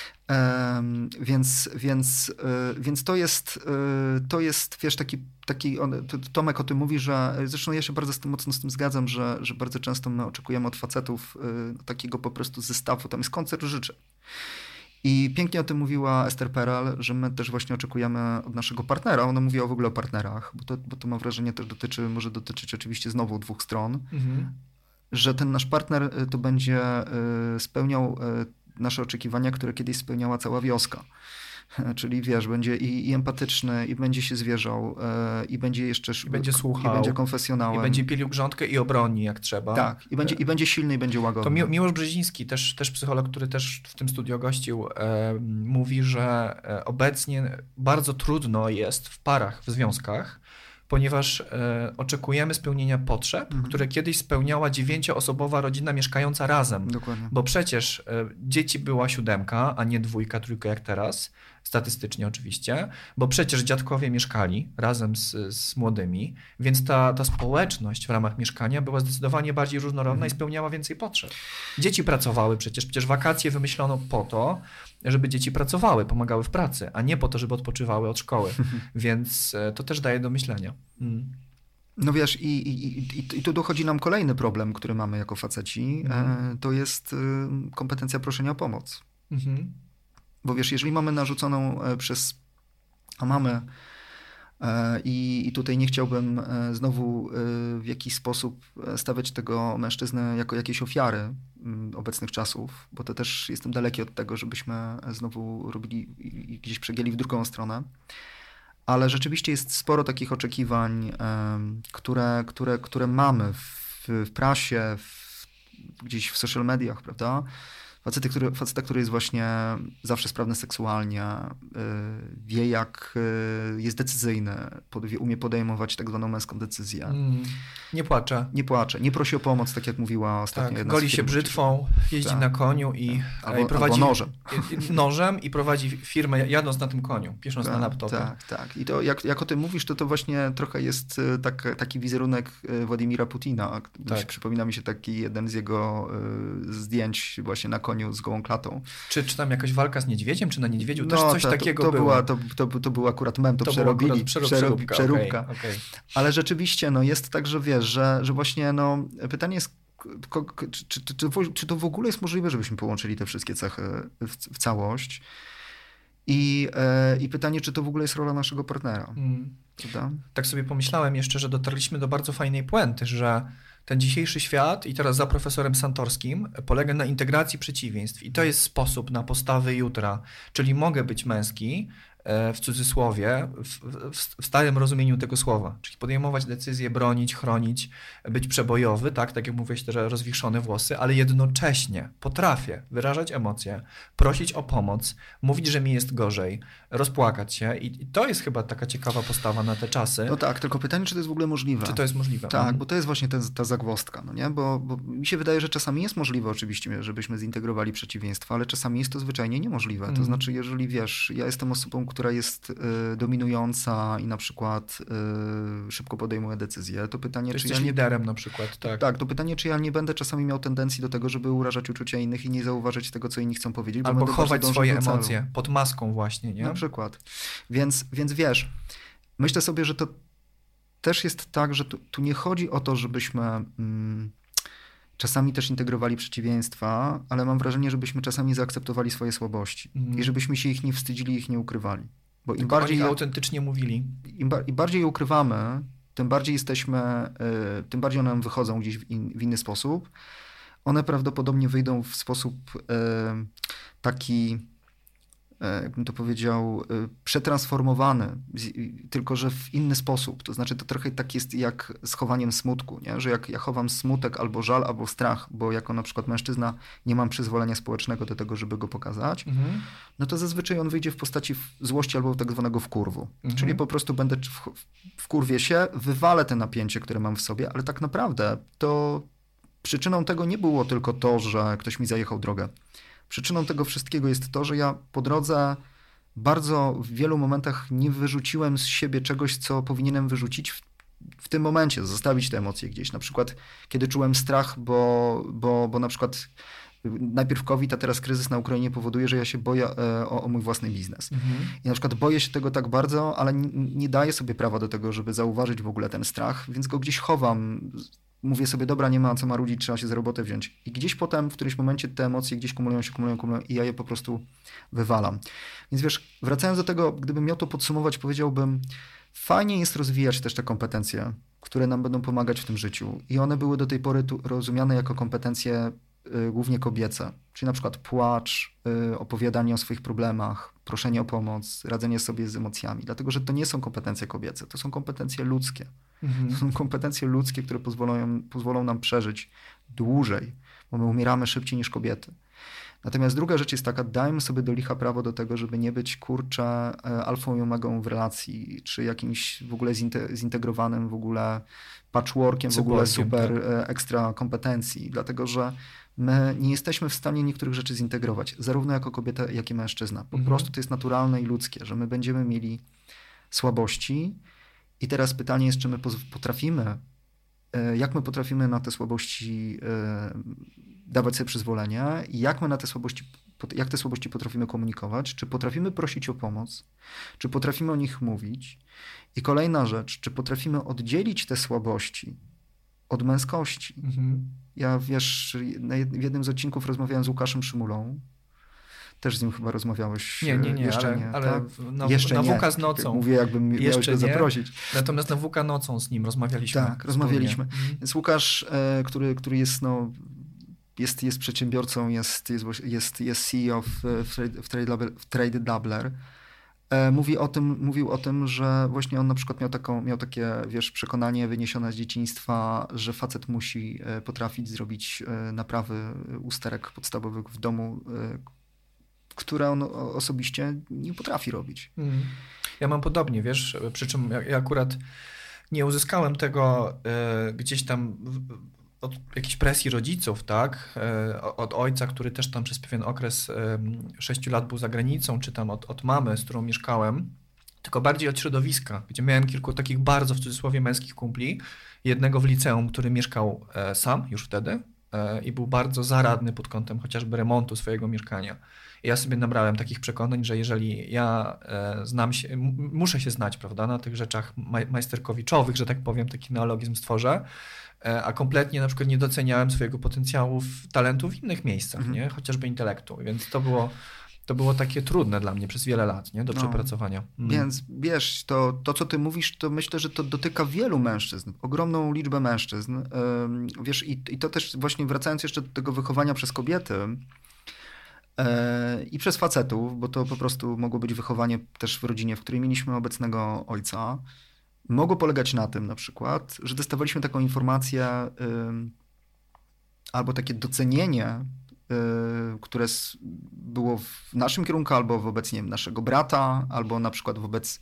Więc to jest, wiesz, Tomek o tym mówi, że zresztą ja się bardzo mocno z tym zgadzam, że bardzo często my oczekujemy od facetów takiego po prostu zestawu, tam jest koncert życzeń. I pięknie o tym mówiła Esther Perel, że my też właśnie oczekujemy od naszego partnera, ona mówiła w ogóle o partnerach, bo to mam wrażenie też może dotyczyć oczywiście znowu dwóch stron, że ten nasz partner to będzie spełniał nasze oczekiwania, które kiedyś spełniała cała wioska. Czyli wiesz, będzie i empatyczny, i będzie się zwierzał, i będzie jeszcze... I będzie słuchał. I będzie konfesjonałem. I będzie pielił grządkę i obroni, jak trzeba. Tak. I będzie silny, i będzie łagodny. To Miłosz Brzeziński, też psycholog, który też w tym studiu gościł, mówi, że obecnie bardzo trudno jest w parach, w związkach, ponieważ oczekujemy spełnienia potrzeb, które kiedyś spełniała 9-osobowa rodzina mieszkająca razem. Dokładnie. Bo przecież dzieci była 7, a nie 2, 3 jak teraz, statystycznie oczywiście, bo przecież dziadkowie mieszkali razem z młodymi, więc ta społeczność w ramach mieszkania była zdecydowanie bardziej różnorodna i spełniała więcej potrzeb. Dzieci pracowały przecież wakacje wymyślono po to, żeby dzieci pracowały, pomagały w pracy, a nie po to, żeby odpoczywały od szkoły. Więc to też daje do myślenia. No wiesz, i tu dochodzi nam kolejny problem, który mamy jako faceci, to jest kompetencja proszenia o pomoc. Bo wiesz, jeżeli mamy narzuconą i tutaj nie chciałbym znowu w jakiś sposób stawiać tego mężczyznę jako jakiejś ofiary obecnych czasów, bo to też jestem daleki od tego, żebyśmy znowu robili i gdzieś przegięli w drugą stronę. Ale rzeczywiście jest sporo takich oczekiwań, które mamy w prasie, gdzieś w social mediach, prawda? Faceta, który jest właśnie zawsze sprawny seksualnie, wie jak jest decyzyjny, umie podejmować tak zwaną męską decyzję. Nie płacze. Nie prosi o pomoc, tak jak mówiła ostatnio jedna z goli się brzytwą, jeździ na koniu i prowadzi albo nożem i prowadzi firmę jadąc na tym koniu, pisząc na laptopie. Tak. I to jak o tym mówisz, to właśnie trochę jest taki wizerunek Władimira Putina. Przypomina mi się taki jeden z jego zdjęć właśnie na koniu z gołą klatą. Czy tam jakaś walka z niedźwiedziem, czy na niedźwiedziu? Też coś takiego było. To był akurat mem, to przerobili. Przeróbka. Okay. Ale rzeczywiście jest tak, że wiesz, że właśnie pytanie jest, czy to w ogóle jest możliwe, żebyśmy połączyli te wszystkie cechy w całość? I pytanie, czy to w ogóle jest rola naszego partnera. Prawda? Tak sobie pomyślałem jeszcze, że dotarliśmy do bardzo fajnej puenty, że ten dzisiejszy świat, i teraz za profesorem Santorskim, polega na integracji przeciwieństw. I to jest sposób na postawy jutra. Czyli mogę być męski, w cudzysłowie, w starym rozumieniu tego słowa. Czyli podejmować decyzje, bronić, chronić, być przebojowy, tak jak mówiłeś, te rozwichrzone włosy, ale jednocześnie potrafię wyrażać emocje, prosić o pomoc, mówić, że mi jest gorzej, rozpłakać się i to jest chyba taka ciekawa postawa na te czasy. No tak, tylko pytanie, czy to jest w ogóle możliwe? Czy to jest możliwe? Tak, bo to jest właśnie ta zagwozdka, no nie? Bo mi się wydaje, że czasami jest możliwe oczywiście, żebyśmy zintegrowali przeciwieństwa, ale czasami jest to zwyczajnie niemożliwe. To znaczy, jeżeli wiesz, ja jestem osobą, która jest dominująca i na przykład szybko podejmuje decyzje, to pytanie, czy ja jesteś nie... liderem na przykład, tak. Tak, to pytanie, czy ja nie będę czasami miał tendencji do tego, żeby urażać uczucia innych i nie zauważyć tego, co inni chcą powiedzieć. Bo albo chować swoje emocje pod maską właśnie, nie? Na przykład. Więc wiesz, myślę sobie, że to też jest tak, że tu nie chodzi o to, żebyśmy czasami też integrowali przeciwieństwa, ale mam wrażenie, żebyśmy czasami zaakceptowali swoje słabości i żebyśmy się ich nie wstydzili, ich nie ukrywali. Bo im bardziej autentycznie mówili. Im bardziej je ukrywamy, tym bardziej jesteśmy, tym bardziej one nam wychodzą gdzieś w inny sposób. One prawdopodobnie wyjdą w sposób taki, jakbym to powiedział, przetransformowany, tylko że w inny sposób. To znaczy to trochę tak jest jak z chowaniem smutku, nie? Że jak ja chowam smutek albo żal, albo strach, bo jako na przykład mężczyzna nie mam przyzwolenia społecznego do tego, żeby go pokazać, no to zazwyczaj on wyjdzie w postaci złości albo tak zwanego wkurwu. Czyli po prostu będę wkurwię się, wywalę te napięcie, które mam w sobie, ale tak naprawdę to przyczyną tego nie było tylko to, że ktoś mi zajechał drogę. Przyczyną tego wszystkiego jest to, że ja po drodze bardzo w wielu momentach nie wyrzuciłem z siebie czegoś, co powinienem wyrzucić w tym momencie, zostawić te emocje gdzieś. Na przykład, kiedy czułem strach, bo na przykład najpierw COVID, a teraz kryzys na Ukrainie powoduje, że ja się boję o mój własny biznes. I na przykład boję się tego tak bardzo, ale nie daję sobie prawa do tego, żeby zauważyć w ogóle ten strach, więc go gdzieś chowam. Mówię sobie, dobra, nie ma co marudzić, trzeba się za robotę wziąć. I gdzieś potem, w którymś momencie te emocje gdzieś kumulują i ja je po prostu wywalam. Więc wiesz, wracając do tego, gdybym miał to podsumować, powiedziałbym, fajnie jest rozwijać też te kompetencje, które nam będą pomagać w tym życiu. I one były do tej pory rozumiane jako kompetencje głównie kobiece. Czyli na przykład płacz, opowiadanie o swoich problemach, proszenie o pomoc, radzenie sobie z emocjami. Dlatego, że to nie są kompetencje kobiece, to są kompetencje ludzkie. To są kompetencje ludzkie, które pozwolą nam przeżyć dłużej, bo my umieramy szybciej niż kobiety. Natomiast druga rzecz jest taka, dajmy sobie do licha prawo do tego, żeby nie być alfą i omegą w relacji, czy jakimś w ogóle zintegrowanym w ogóle patchworkiem, w ogóle super ekstra kompetencji, dlatego że my nie jesteśmy w stanie niektórych rzeczy zintegrować, zarówno jako kobieta, jak i mężczyzna. Po prostu to jest naturalne i ludzkie, że my będziemy mieli słabości i teraz pytanie jest, czy my potrafimy, jak my potrafimy na te słabości dawać sobie przyzwolenie i jak te słabości potrafimy komunikować, czy potrafimy prosić o pomoc, czy potrafimy o nich mówić. I kolejna rzecz, czy potrafimy oddzielić te słabości od męskości. Ja wiesz, w jednym z odcinków rozmawiałem z Łukaszem Szymulą. Też z nim chyba rozmawiałeś. Nie, jeszcze ale tak? na WK z nocą. Mówię, jakbym miałeś go zaprosić. Natomiast na WK nocą z nim rozmawialiśmy. Tak, rozmawialiśmy. Więc Łukasz, który jest jest przedsiębiorcą, jest CEO w Trade Doubler. Mówił o tym, że właśnie on na przykład miał takie, wiesz, przekonanie wyniesione z dzieciństwa, że facet musi potrafić zrobić naprawy usterek podstawowych w domu, które on osobiście nie potrafi robić. Ja mam podobnie, wiesz, przy czym ja akurat nie uzyskałem tego gdzieś tam od jakiejś presji rodziców, tak, od ojca, który też tam przez pewien okres 6 lat był za granicą, czy tam od mamy, z którą mieszkałem, tylko bardziej od środowiska, gdzie miałem kilku takich bardzo w cudzysłowie męskich kumpli, jednego w liceum, który mieszkał sam już wtedy i był bardzo zaradny pod kątem chociażby remontu swojego mieszkania. I ja sobie nabrałem takich przekonań, że jeżeli ja muszę się znać, prawda, na tych rzeczach majsterkowiczowych, że tak powiem, taki neologizm stworzę, a kompletnie na przykład nie doceniałem swojego potencjału, talentu w innych miejscach, nie? Chociażby intelektu. Więc to było takie trudne dla mnie przez wiele lat, nie? Do przepracowania. Więc wiesz, to co ty mówisz, to myślę, że to dotyka wielu mężczyzn, ogromną liczbę mężczyzn. Wiesz, i to też właśnie wracając jeszcze do tego wychowania przez kobiety, I przez facetów, bo to po prostu mogło być wychowanie też w rodzinie, w której mieliśmy obecnego ojca. Mogło polegać na tym na przykład, że dostawaliśmy taką informację albo takie docenienie, które było w naszym kierunku albo wobec, nie wiem, naszego brata, albo na przykład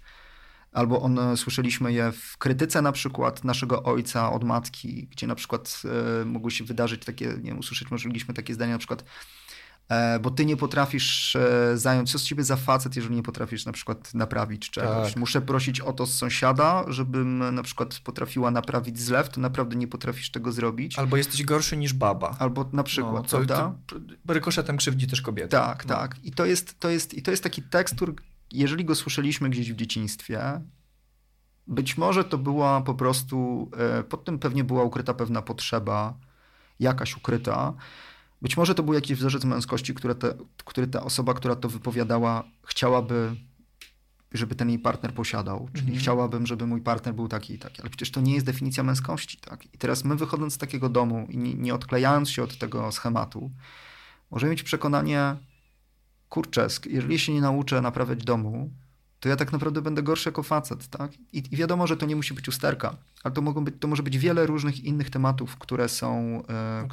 słyszeliśmy je w krytyce na przykład naszego ojca od matki, gdzie na przykład mogły się wydarzyć takie, nie wiem, mogliśmy takie zdania na przykład, bo ty nie potrafisz zająć, co z ciebie za facet, jeżeli nie potrafisz na przykład naprawić czegoś. Tak. Muszę prosić o to z sąsiada, żebym na przykład potrafiła naprawić zlew, to naprawdę nie potrafisz tego zrobić. Albo jesteś gorszy niż baba. Albo na przykład, prawda? Rykoszetem krzywdzi też kobiety. Tak, tak. I to jest taki tekst, który jeżeli go słyszeliśmy gdzieś w dzieciństwie, być może to była po prostu, pod tym pewnie była ukryta pewna potrzeba, jakaś ukryta. Być może to był jakiś wzorzec męskości, który ta osoba, która to wypowiadała, chciałaby, żeby ten jej partner posiadał. Czyli chciałabym, żeby mój partner był taki i taki. Ale przecież to nie jest definicja męskości. Tak? I teraz my wychodząc z takiego domu i nie odklejając się od tego schematu, możemy mieć przekonanie, kurczę, jeżeli się nie nauczę naprawiać domu, to ja tak naprawdę będę gorszy jako facet, tak? I wiadomo, że to nie musi być usterka, ale to może być wiele różnych innych tematów, które są,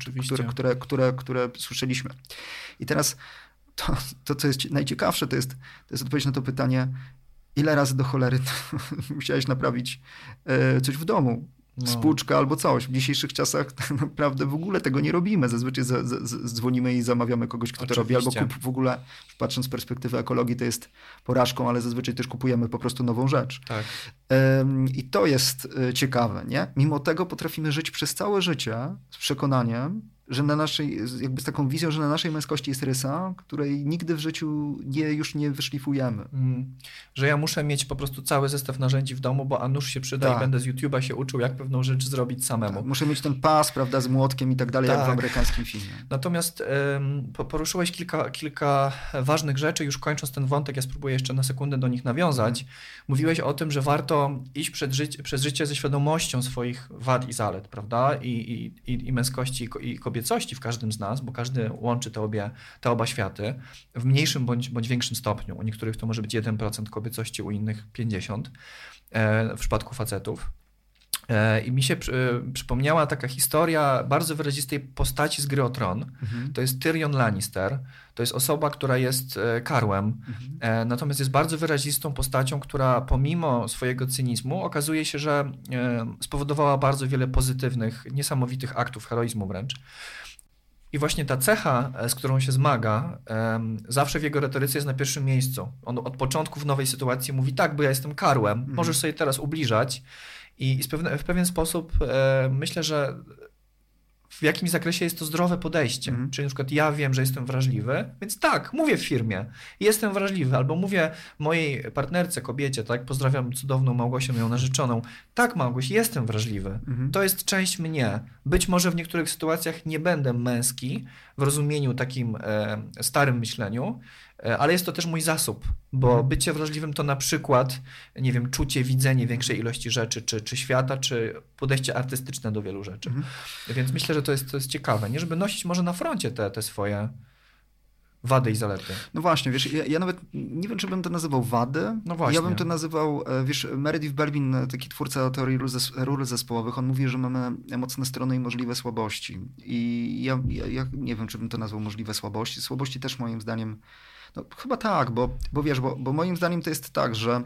które słyszeliśmy. I teraz to, co jest najciekawsze, to jest odpowiedź na to pytanie, ile razy do cholery musiałeś naprawić coś w domu? Spłuczka albo coś. W dzisiejszych czasach tak naprawdę w ogóle tego nie robimy. Zazwyczaj dzwonimy i zamawiamy kogoś, kto to robi. Albo w ogóle, patrząc z perspektywy ekologii, to jest porażką, ale zazwyczaj też kupujemy po prostu nową rzecz. Tak. I to jest ciekawe, nie? Mimo tego potrafimy żyć przez całe życie z przekonaniem, że jakby z taką wizją, że na naszej męskości jest rysa, której nigdy w życiu już nie wyszlifujemy. Że ja muszę mieć po prostu cały zestaw narzędzi w domu, bo a nuż się przyda i będę z YouTube'a się uczył, jak pewną rzecz zrobić samemu. Tak. Muszę mieć ten pas, prawda, z młotkiem i tak dalej, jak w amerykańskim filmie. Natomiast poruszyłeś kilka ważnych rzeczy, już kończąc ten wątek, ja spróbuję jeszcze na sekundę do nich nawiązać. Mówiłeś o tym, że warto iść przez życie ze świadomością swoich wad i zalet, prawda? I męskości, i kobiecości w każdym z nas, bo każdy łączy te oba światy w mniejszym bądź większym stopniu. U niektórych to może być 1% kobiecości, u innych 50% w przypadku facetów. I mi się przypomniała taka historia bardzo wyrazistej postaci z Gry o Tron. To jest Tyrion Lannister. To jest osoba, która jest karłem, natomiast jest bardzo wyrazistą postacią, która pomimo swojego cynizmu okazuje się, że spowodowała bardzo wiele pozytywnych, niesamowitych aktów heroizmu wręcz. I właśnie ta cecha, z którą się zmaga, zawsze w jego retoryce jest na pierwszym miejscu. On od początku w nowej sytuacji mówi, tak, bo ja jestem karłem, możesz sobie teraz ubliżać. I w pewien sposób myślę, że w jakimś zakresie jest to zdrowe podejście. Czyli na przykład ja wiem, że jestem wrażliwy, więc tak, mówię w firmie, jestem wrażliwy, albo mówię mojej partnerce, kobiecie, tak, pozdrawiam cudowną Małgosię, moją narzeczoną, tak Małgoś, jestem wrażliwy, to jest część mnie. Być może w niektórych sytuacjach nie będę męski w rozumieniu takim starym myśleniu, ale jest to też mój zasób, bo bycie wrażliwym to na przykład, nie wiem, czucie, widzenie większej ilości rzeczy, czy świata, czy podejście artystyczne do wielu rzeczy. Więc myślę, że to jest ciekawe, nie? Żeby nosić może na froncie te swoje wady i zalety. No właśnie, wiesz, ja nawet nie wiem, czy bym to nazywał wady. No właśnie. Ja bym to nazywał, wiesz, Meredith Berlin, taki twórca teorii ról zespołowych, on mówi, że mamy mocne strony i możliwe słabości. I ja nie wiem, czy bym to nazwał możliwe słabości. Słabości też moim zdaniem, no chyba tak, bo wiesz, bo moim zdaniem to jest tak, że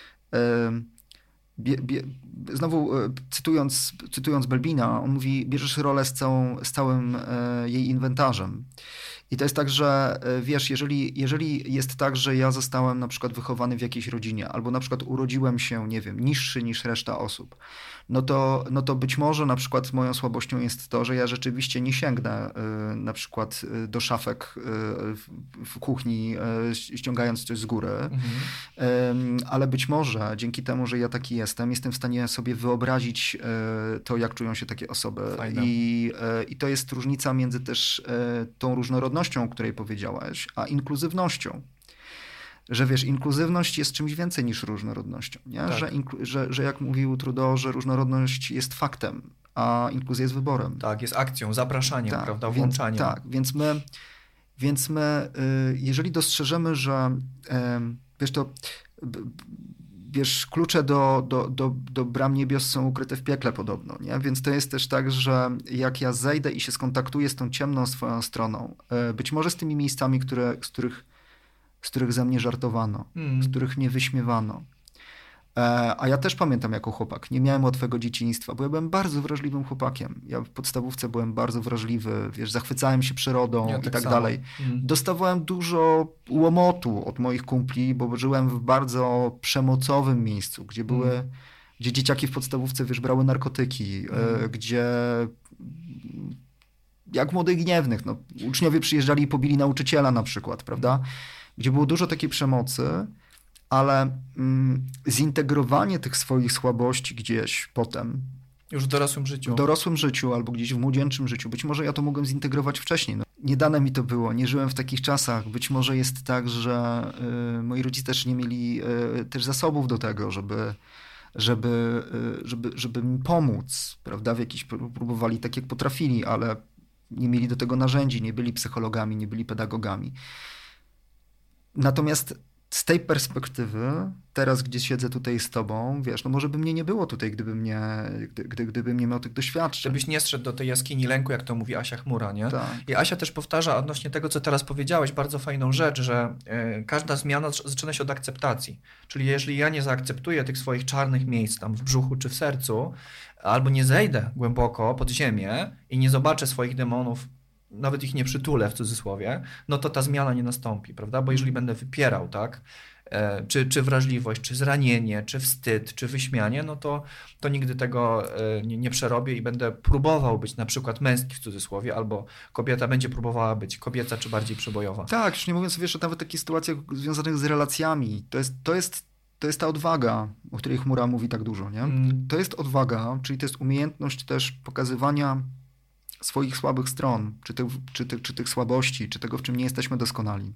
znowu cytując Belbina, on mówi, bierzesz rolę z całym jej inwentarzem. I to jest tak, że wiesz, jeżeli jest tak, że ja zostałem na przykład wychowany w jakiejś rodzinie, albo na przykład urodziłem się, nie wiem, niższy niż reszta osób, no to być może na przykład moją słabością jest to, że ja rzeczywiście nie sięgnę na przykład do szafek w kuchni, ściągając coś z góry, ale być może dzięki temu, że ja taki jestem w stanie sobie wyobrazić to, jak czują się takie osoby. I to jest różnica między też tą różnorodnością, o której powiedziałaś, a inkluzywnością. Że wiesz, inkluzywność jest czymś więcej niż różnorodnością. Nie? Tak. Że jak mówił Trudeau, że różnorodność jest faktem, a inkluzja jest wyborem. Tak, jest akcją, zapraszaniem, prawda, włączaniem. Więc my Więc my, jeżeli dostrzeżemy, że wiesz, klucze do bram niebios są ukryte w piekle podobno, nie? Więc to jest też tak, że jak ja zejdę i się skontaktuję z tą ciemną swoją stroną, być może z tymi miejscami, z których ze mnie żartowano, z których mnie wyśmiewano. A ja też pamiętam jako chłopak, nie miałem łatwego dzieciństwa, bo ja byłem bardzo wrażliwym chłopakiem. Ja w podstawówce byłem bardzo wrażliwy, wiesz, zachwycałem się przyrodą i tak dalej. Dostawałem dużo łomotu od moich kumpli, bo żyłem w bardzo przemocowym miejscu, gdzie dzieciaki w podstawówce, wiesz, brały narkotyki, gdzie jak w Młodych Gniewnych, no, uczniowie przyjeżdżali i pobili nauczyciela na przykład, prawda? Gdzie było dużo takiej przemocy, ale zintegrowanie tych swoich słabości gdzieś potem. Już w dorosłym życiu. W dorosłym życiu albo gdzieś w młodzieńczym życiu. Być może ja to mogłem zintegrować wcześniej. No, nie dane mi to było, nie żyłem w takich czasach. Być może jest tak, że moi rodzice też nie mieli też zasobów do tego, żeby mi pomóc, prawda? Próbowali tak, jak potrafili, ale nie mieli do tego narzędzi, nie byli psychologami, nie byli pedagogami. Natomiast z tej perspektywy, teraz gdzie siedzę tutaj z tobą, wiesz, no może by mnie nie było tutaj, gdybym nie miał tych doświadczeń. Żebyś nie zszedł do tej jaskini lęku, jak to mówi Asia Chmura, nie? Tak. I Asia też powtarza odnośnie tego, co teraz powiedziałeś, bardzo fajną rzecz, że każda zmiana zaczyna się od akceptacji. Czyli jeżeli ja nie zaakceptuję tych swoich czarnych miejsc tam w brzuchu czy w sercu, albo nie zejdę głęboko pod ziemię i nie zobaczę swoich demonów, nawet ich nie przytulę w cudzysłowie, no to ta zmiana nie nastąpi, prawda? Bo jeżeli będę wypierał, tak, czy wrażliwość, czy zranienie, czy wstyd, czy wyśmianie, no to nigdy tego nie przerobię i będę próbował być na przykład męski w cudzysłowie, albo kobieta będzie próbowała być kobieca, czy bardziej przebojowa. Tak, już nie mówiąc, wiesz, o nawet takich sytuacjach związanych z relacjami. To jest ta odwaga, o której Chmura mówi tak dużo, nie? To jest odwaga, czyli to jest umiejętność też pokazywania swoich słabych stron, czy tych słabości, czy tego, w czym nie jesteśmy doskonali.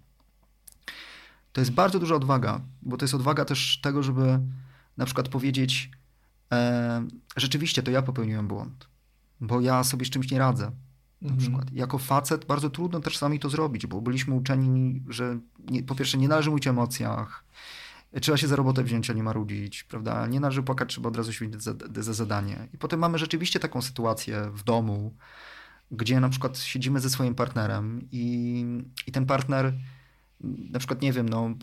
To jest bardzo duża odwaga, bo to jest odwaga też tego, żeby na przykład powiedzieć rzeczywiście to ja popełniłem błąd, bo ja sobie z czymś nie radzę. Na przykład. Jako facet bardzo trudno też sami to zrobić, bo byliśmy uczeni, że po pierwsze nie należy mówić o emocjach, trzeba się za robotę wziąć, a nie marudzić, prawda? Nie należy płakać, trzeba od razu święcić za zadanie. I potem mamy rzeczywiście taką sytuację w domu, gdzie na przykład siedzimy ze swoim partnerem i ten partner, na przykład, nie wiem, no,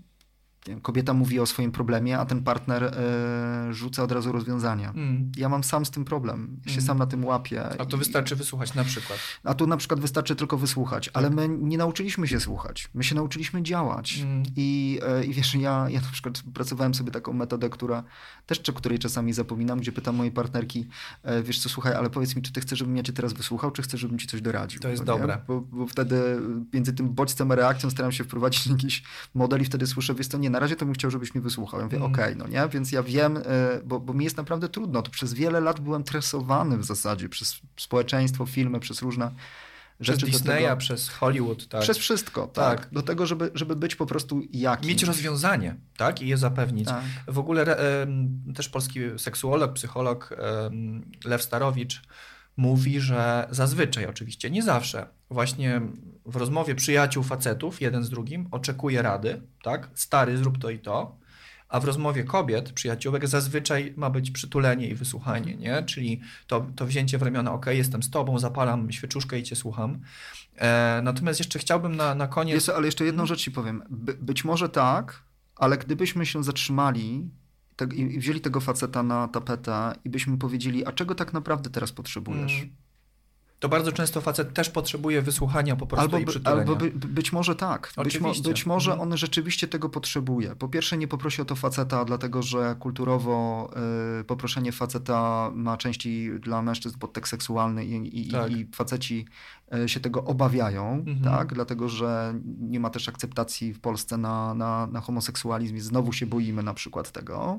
kobieta mówi o swoim problemie, a ten partner rzuca od razu rozwiązania. Ja mam sam z tym problem. Ja się sam na tym łapię. A to wystarczy wysłuchać na przykład. A tu na przykład wystarczy tylko wysłuchać. Ale my nie nauczyliśmy się słuchać. My się nauczyliśmy działać. I wiesz, ja na przykład pracowałem sobie taką metodę, której czasami zapominam, gdzie pytam mojej partnerki, wiesz co, słuchaj, ale powiedz mi, czy ty chcesz, żebym ja cię teraz wysłuchał, czy chcesz, żebym ci coś doradził? To jest dobre. Bo wtedy między tym bodźcem a reakcją staram się wprowadzić jakiś model i wtedy słyszę, wiesz co, nie, na razie to bym chciał, żebyś mnie wysłuchał. Ja mówię, okej, no nie? Więc ja wiem, bo mi jest naprawdę trudno. To przez wiele lat byłem tresowany w zasadzie przez społeczeństwo, filmy, przez różne rzeczy. Przez Disneya, przez Hollywood, tak. Przez wszystko, tak. Do tego, żeby być po prostu jakimś. Mieć rozwiązanie, tak? I je zapewnić. Tak. W ogóle też polski seksuolog, psycholog Lew Starowicz mówi, że zazwyczaj oczywiście, nie zawsze, właśnie w rozmowie przyjaciół facetów, jeden z drugim, oczekuje rady, tak? Stary, zrób to i to. A w rozmowie kobiet, przyjaciółek, zazwyczaj ma być przytulenie i wysłuchanie, nie? Czyli to wzięcie w ramiona, okej, jestem z tobą, zapalam świeczuszkę i cię słucham. Natomiast jeszcze chciałbym na koniec... Ale jeszcze jedną rzecz ci powiem. Być może tak, ale gdybyśmy się zatrzymali i wzięli tego faceta na tapetę i byśmy powiedzieli, a czego tak naprawdę teraz potrzebujesz? To bardzo często facet też potrzebuje wysłuchania po prostu i przytulenia. Albo być może tak. Być może on rzeczywiście tego potrzebuje. Po pierwsze nie poprosi o to faceta, dlatego że kulturowo poproszenie faceta ma częściej dla mężczyzn podtekst seksualny i faceci się tego obawiają, tak? Dlatego że nie ma też akceptacji w Polsce na homoseksualizm i znowu się boimy na przykład tego.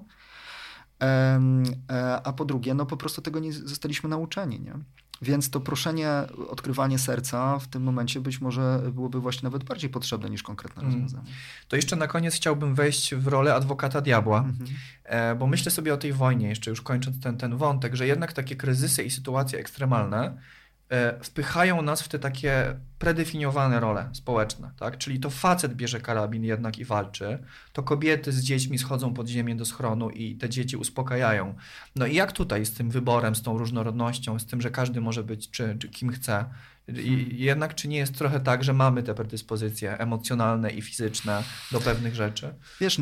A po drugie, no po prostu tego nie zostaliśmy nauczeni, nie? Więc to proszenie, odkrywanie serca w tym momencie być może byłoby właśnie nawet bardziej potrzebne niż konkretne rozwiązanie. To jeszcze na koniec chciałbym wejść w rolę adwokata diabła, bo myślę sobie o tej wojnie, jeszcze już kończąc ten wątek, że jednak takie kryzysy i sytuacje ekstremalne wpychają nas w te takie predefiniowane role społeczne, tak? Czyli to facet bierze karabin jednak i walczy, to kobiety z dziećmi schodzą pod ziemię do schronu i te dzieci uspokajają. No i jak tutaj z tym wyborem, z tą różnorodnością, z tym, że każdy może być czy kim chce, i jednak czy nie jest trochę tak, że mamy te predyspozycje emocjonalne i fizyczne do pewnych rzeczy? Wiesz,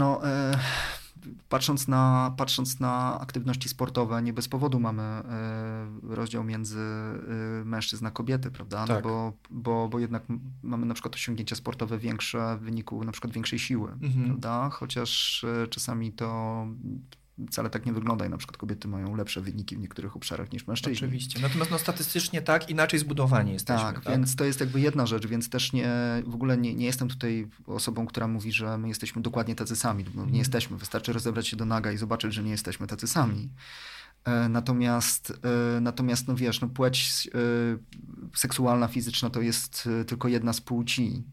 patrząc na aktywności sportowe, nie bez powodu mamy rozdział między mężczyzn a kobiety, prawda? Tak. Bo jednak mamy na przykład osiągnięcia sportowe większe w wyniku na przykład większej siły, prawda? Chociaż czasami to wcale tak nie wygląda i na przykład kobiety mają lepsze wyniki w niektórych obszarach niż mężczyźni. Oczywiście. Natomiast statystycznie tak, inaczej zbudowani jesteśmy. Tak, więc to jest jakby jedna rzecz, więc też w ogóle nie jestem tutaj osobą, która mówi, że my jesteśmy dokładnie tacy sami, bo nie jesteśmy. Wystarczy rozebrać się do naga i zobaczyć, że nie jesteśmy tacy sami. Natomiast no wiesz, płeć seksualna, fizyczna to jest tylko jedna z płci.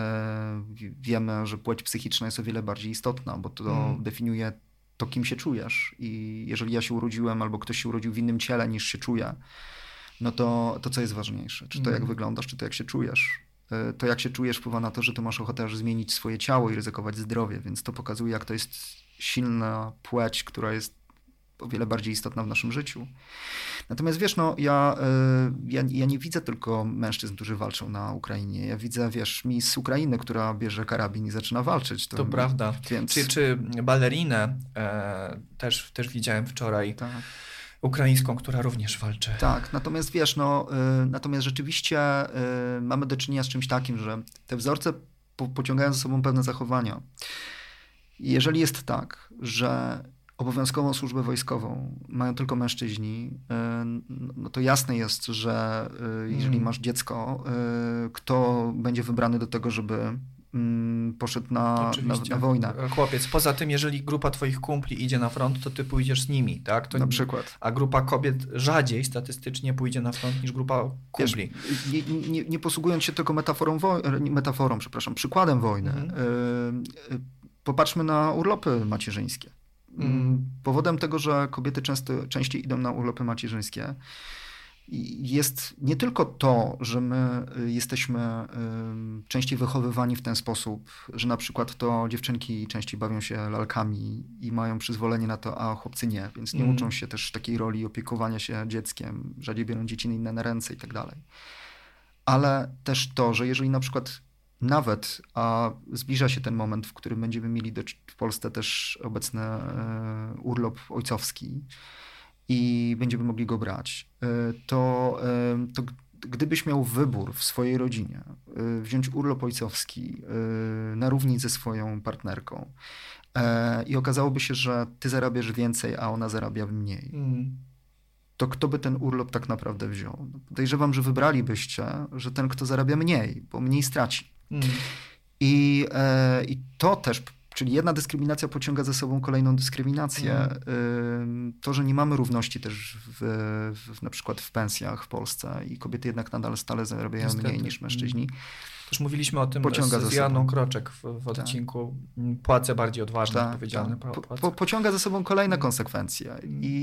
Wiemy, że płeć psychiczna jest o wiele bardziej istotna, bo to definiuje to, kim się czujesz. I jeżeli ja się urodziłem, albo ktoś się urodził w innym ciele niż się czuje, no to co jest ważniejsze? Czy to, jak wyglądasz, czy to, jak się czujesz? To, jak się czujesz, wpływa na to, że ty masz ochotę aż zmienić swoje ciało i ryzykować zdrowie, więc to pokazuje, jak to jest silna płeć, która jest o wiele bardziej istotna w naszym życiu. Natomiast wiesz, ja nie widzę tylko mężczyzn, którzy walczą na Ukrainie. Ja widzę, wiesz, Miss Ukrainy, która bierze karabin i zaczyna walczyć. To prawda. Więc... Czy balerinę też widziałem wczoraj. Tak. Ukraińską, która również walczy. Tak, natomiast wiesz, natomiast rzeczywiście mamy do czynienia z czymś takim, że te wzorce pociągają za sobą pewne zachowania. Jeżeli jest tak, że obowiązkową służbę wojskową mają tylko mężczyźni, no to jasne jest, że jeżeli masz dziecko, kto będzie wybrany do tego, żeby poszedł na wojnę. Chłopiec, poza tym, jeżeli grupa twoich kumpli idzie na front, to ty pójdziesz z nimi, tak? To na przykład. A grupa kobiet rzadziej statystycznie pójdzie na front niż grupa kumpli. Wiesz, nie posługując się tylko przykładem wojny, popatrzmy na urlopy macierzyńskie. Powodem tego, że kobiety częściej idą na urlopy macierzyńskie, jest nie tylko to, że my jesteśmy częściej wychowywani w ten sposób, że na przykład to dziewczynki częściej bawią się lalkami i mają przyzwolenie na to, a chłopcy nie, więc nie uczą się też takiej roli opiekowania się dzieckiem, rzadziej biorą dzieci inne na ręce i tak dalej. Ale też to, że jeżeli na przykład a zbliża się ten moment, w którym będziemy mieli w Polsce też obecny urlop ojcowski i będziemy mogli go brać, to gdybyś miał wybór w swojej rodzinie, wziąć urlop ojcowski na równi ze swoją partnerką i okazałoby się, że ty zarabiasz więcej, a ona zarabia mniej, to kto by ten urlop tak naprawdę wziął? Podejrzewam, że wybralibyście, że ten, kto zarabia mniej, bo mniej straci. I to też, czyli jedna dyskryminacja pociąga za sobą kolejną dyskryminację. To, że nie mamy równości też na przykład w pensjach w Polsce i kobiety jednak nadal stale zarabiają mniej niż mężczyźni. Też mówiliśmy o tym z Joanną Kroczek w odcinku Płace bardziej odważne, odpowiedzialne. Pociąga za sobą kolejne konsekwencje.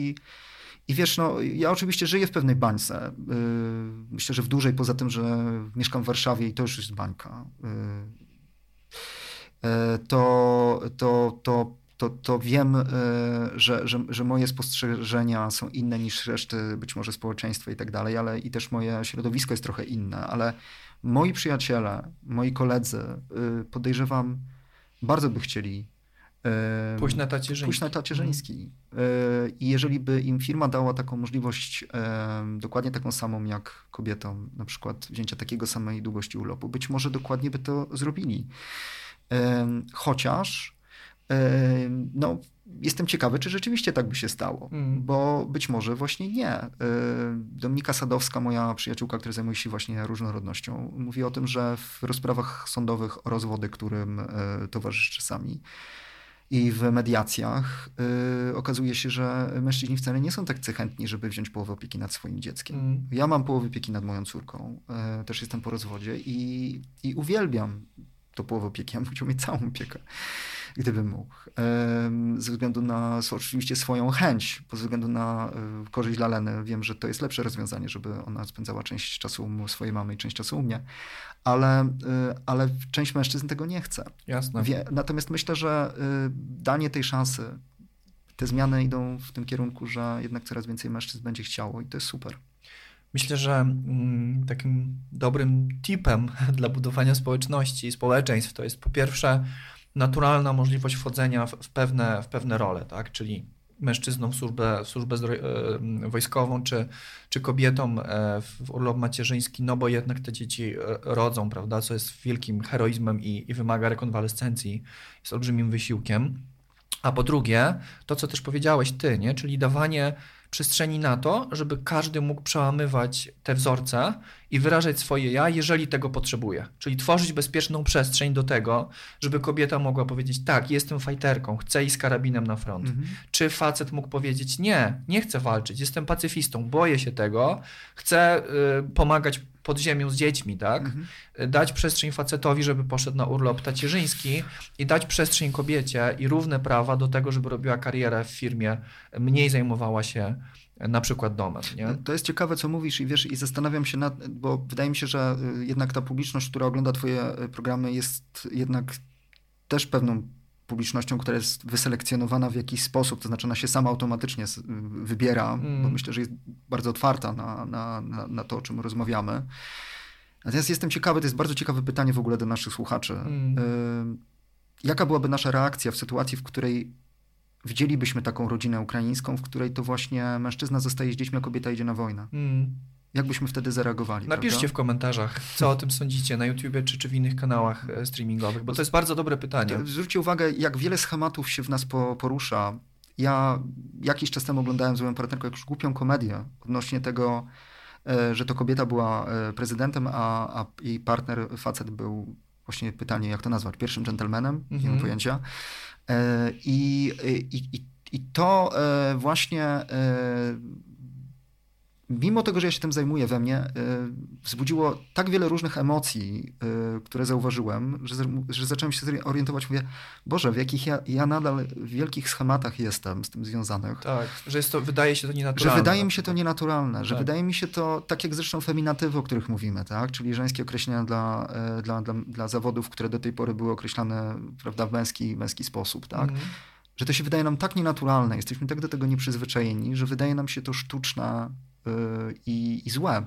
I wiesz, ja oczywiście żyję w pewnej bańce. Myślę, że w dużej, poza tym, że mieszkam w Warszawie i to już jest bańka. To wiem, że moje spostrzeżenia są inne niż reszty być może społeczeństwa i tak dalej, ale i też moje środowisko jest trochę inne, ale moi przyjaciele, moi koledzy, podejrzewam, bardzo by chcieli pójść na tacierzyński. I jeżeli by im firma dała taką możliwość, dokładnie taką samą jak kobietom, na przykład wzięcia takiego samej długości urlopu, być może dokładnie by to zrobili. Chociaż jestem ciekawy, czy rzeczywiście tak by się stało, bo być może właśnie nie. Dominika Sadowska, moja przyjaciółka, która zajmuje się właśnie różnorodnością, mówi o tym, że w rozprawach sądowych o rozwody, którym towarzyszy czasami, i w mediacjach okazuje się, że mężczyźni wcale nie są tak chętni, żeby wziąć połowę opieki nad swoim dzieckiem. Ja mam połowę opieki nad moją córką, też jestem po rozwodzie i uwielbiam to połowę opieki, ja bym chciał mieć całą opiekę. gdybym mógł. Ze względu na oczywiście swoją chęć, ze względu na korzyść dla Leny. Wiem, że to jest lepsze rozwiązanie, żeby ona spędzała część czasu u swojej mamy i część czasu u mnie. Ale część mężczyzn tego nie chce. Jasne. Natomiast myślę, że danie tej szansy, te zmiany idą w tym kierunku, że jednak coraz więcej mężczyzn będzie chciało i to jest super. Myślę, że takim dobrym tipem dla budowania społeczności i społeczeństw to jest po pierwsze naturalna możliwość wchodzenia w pewne role, tak? Czyli mężczyznom w służbę wojskową, czy kobietom w urlop macierzyński, no bo jednak te dzieci rodzą, prawda, co jest wielkim heroizmem i wymaga rekonwalescencji, jest olbrzymim wysiłkiem. A po drugie, to co też powiedziałeś ty, nie? Czyli dawanie przestrzeni na to, żeby każdy mógł przełamywać te wzorce i wyrażać swoje ja, jeżeli tego potrzebuje. Czyli tworzyć bezpieczną przestrzeń do tego, żeby kobieta mogła powiedzieć tak, jestem fajterką, chcę iść z karabinem na front. Czy facet mógł powiedzieć nie chcę walczyć, jestem pacyfistą, boję się tego, chcę pomagać pod ziemią z dziećmi, tak? Dać przestrzeń facetowi, żeby poszedł na urlop tacierzyński i dać przestrzeń kobiecie i równe prawa do tego, żeby robiła karierę w firmie, mniej zajmowała się na przykład domem. Nie? To jest ciekawe, co mówisz i wiesz, i zastanawiam się bo wydaje mi się, że jednak ta publiczność, która ogląda twoje programy, jest jednak też pewną publicznością, która jest wyselekcjonowana w jakiś sposób, to znaczy ona się sama automatycznie wybiera, bo myślę, że jest bardzo otwarta na to, o czym rozmawiamy. Natomiast jestem ciekawy, to jest bardzo ciekawe pytanie w ogóle do naszych słuchaczy. Jaka byłaby nasza reakcja w sytuacji, w której widzielibyśmy taką rodzinę ukraińską, w której to właśnie mężczyzna zostaje z dziećmi, a kobieta idzie na wojnę? Jak byśmy wtedy zareagowali? Napiszcie prawda? w komentarzach, co o tym sądzicie na YouTubie czy w innych kanałach streamingowych, bo to jest bardzo dobre pytanie. Zwróćcie uwagę, jak wiele schematów się w nas porusza. Ja jakiś czas temu oglądałem z moją partnerką jakąś głupią komedię odnośnie tego, że to kobieta była prezydentem, a jej partner, facet, był, właśnie pytanie, jak to nazwać, pierwszym dżentelmenem, nie mam pojęcia. I to właśnie mimo tego, że ja się tym zajmuję, we mnie wzbudziło tak wiele różnych emocji, które zauważyłem, że zacząłem się orientować, mówię, Boże, w jakich ja nadal w wielkich schematach jestem z tym związanych. Tak, że wydaje się to nienaturalne. Że wydaje mi się to nienaturalne, tak. Że wydaje mi się to, tak jak zresztą feminatywy, o których mówimy, tak? Czyli żeńskie określenia dla zawodów, które do tej pory były określane, prawda, w męski sposób, tak? Że to się wydaje nam tak nienaturalne, jesteśmy tak do tego nieprzyzwyczajeni, że wydaje nam się to sztuczne i złe.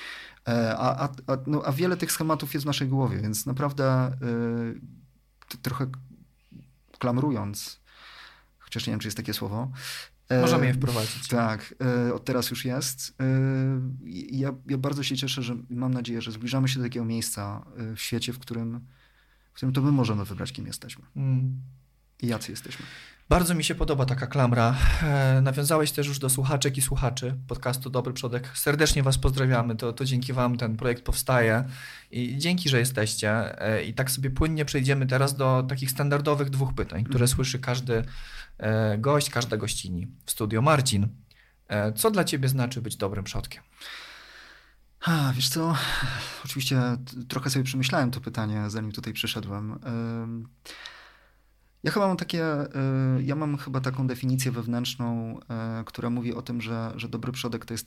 A wiele tych schematów jest w naszej głowie, więc naprawdę trochę klamrując, chociaż nie wiem, czy jest takie słowo. Możemy je wprowadzić. Tak, od teraz już jest. Ja bardzo się cieszę, że mam nadzieję, że zbliżamy się do takiego miejsca w świecie, w którym to my możemy wybrać, kim jesteśmy. I jacy jesteśmy. Bardzo mi się podoba taka klamra. Nawiązałeś też już do słuchaczek i słuchaczy podcastu Dobry Przodek. Serdecznie was pozdrawiamy. To dzięki wam ten projekt powstaje i dzięki, że jesteście. I tak sobie płynnie przejdziemy teraz do takich standardowych 2 pytań, które słyszy każdy gość, każda gościni w studio. Marcin, co dla ciebie znaczy być dobrym przodkiem? Wiesz co, oczywiście trochę sobie przemyślałem to pytanie, zanim tutaj przyszedłem. Ja mam chyba taką definicję wewnętrzną, która mówi o tym, że dobry przodek to jest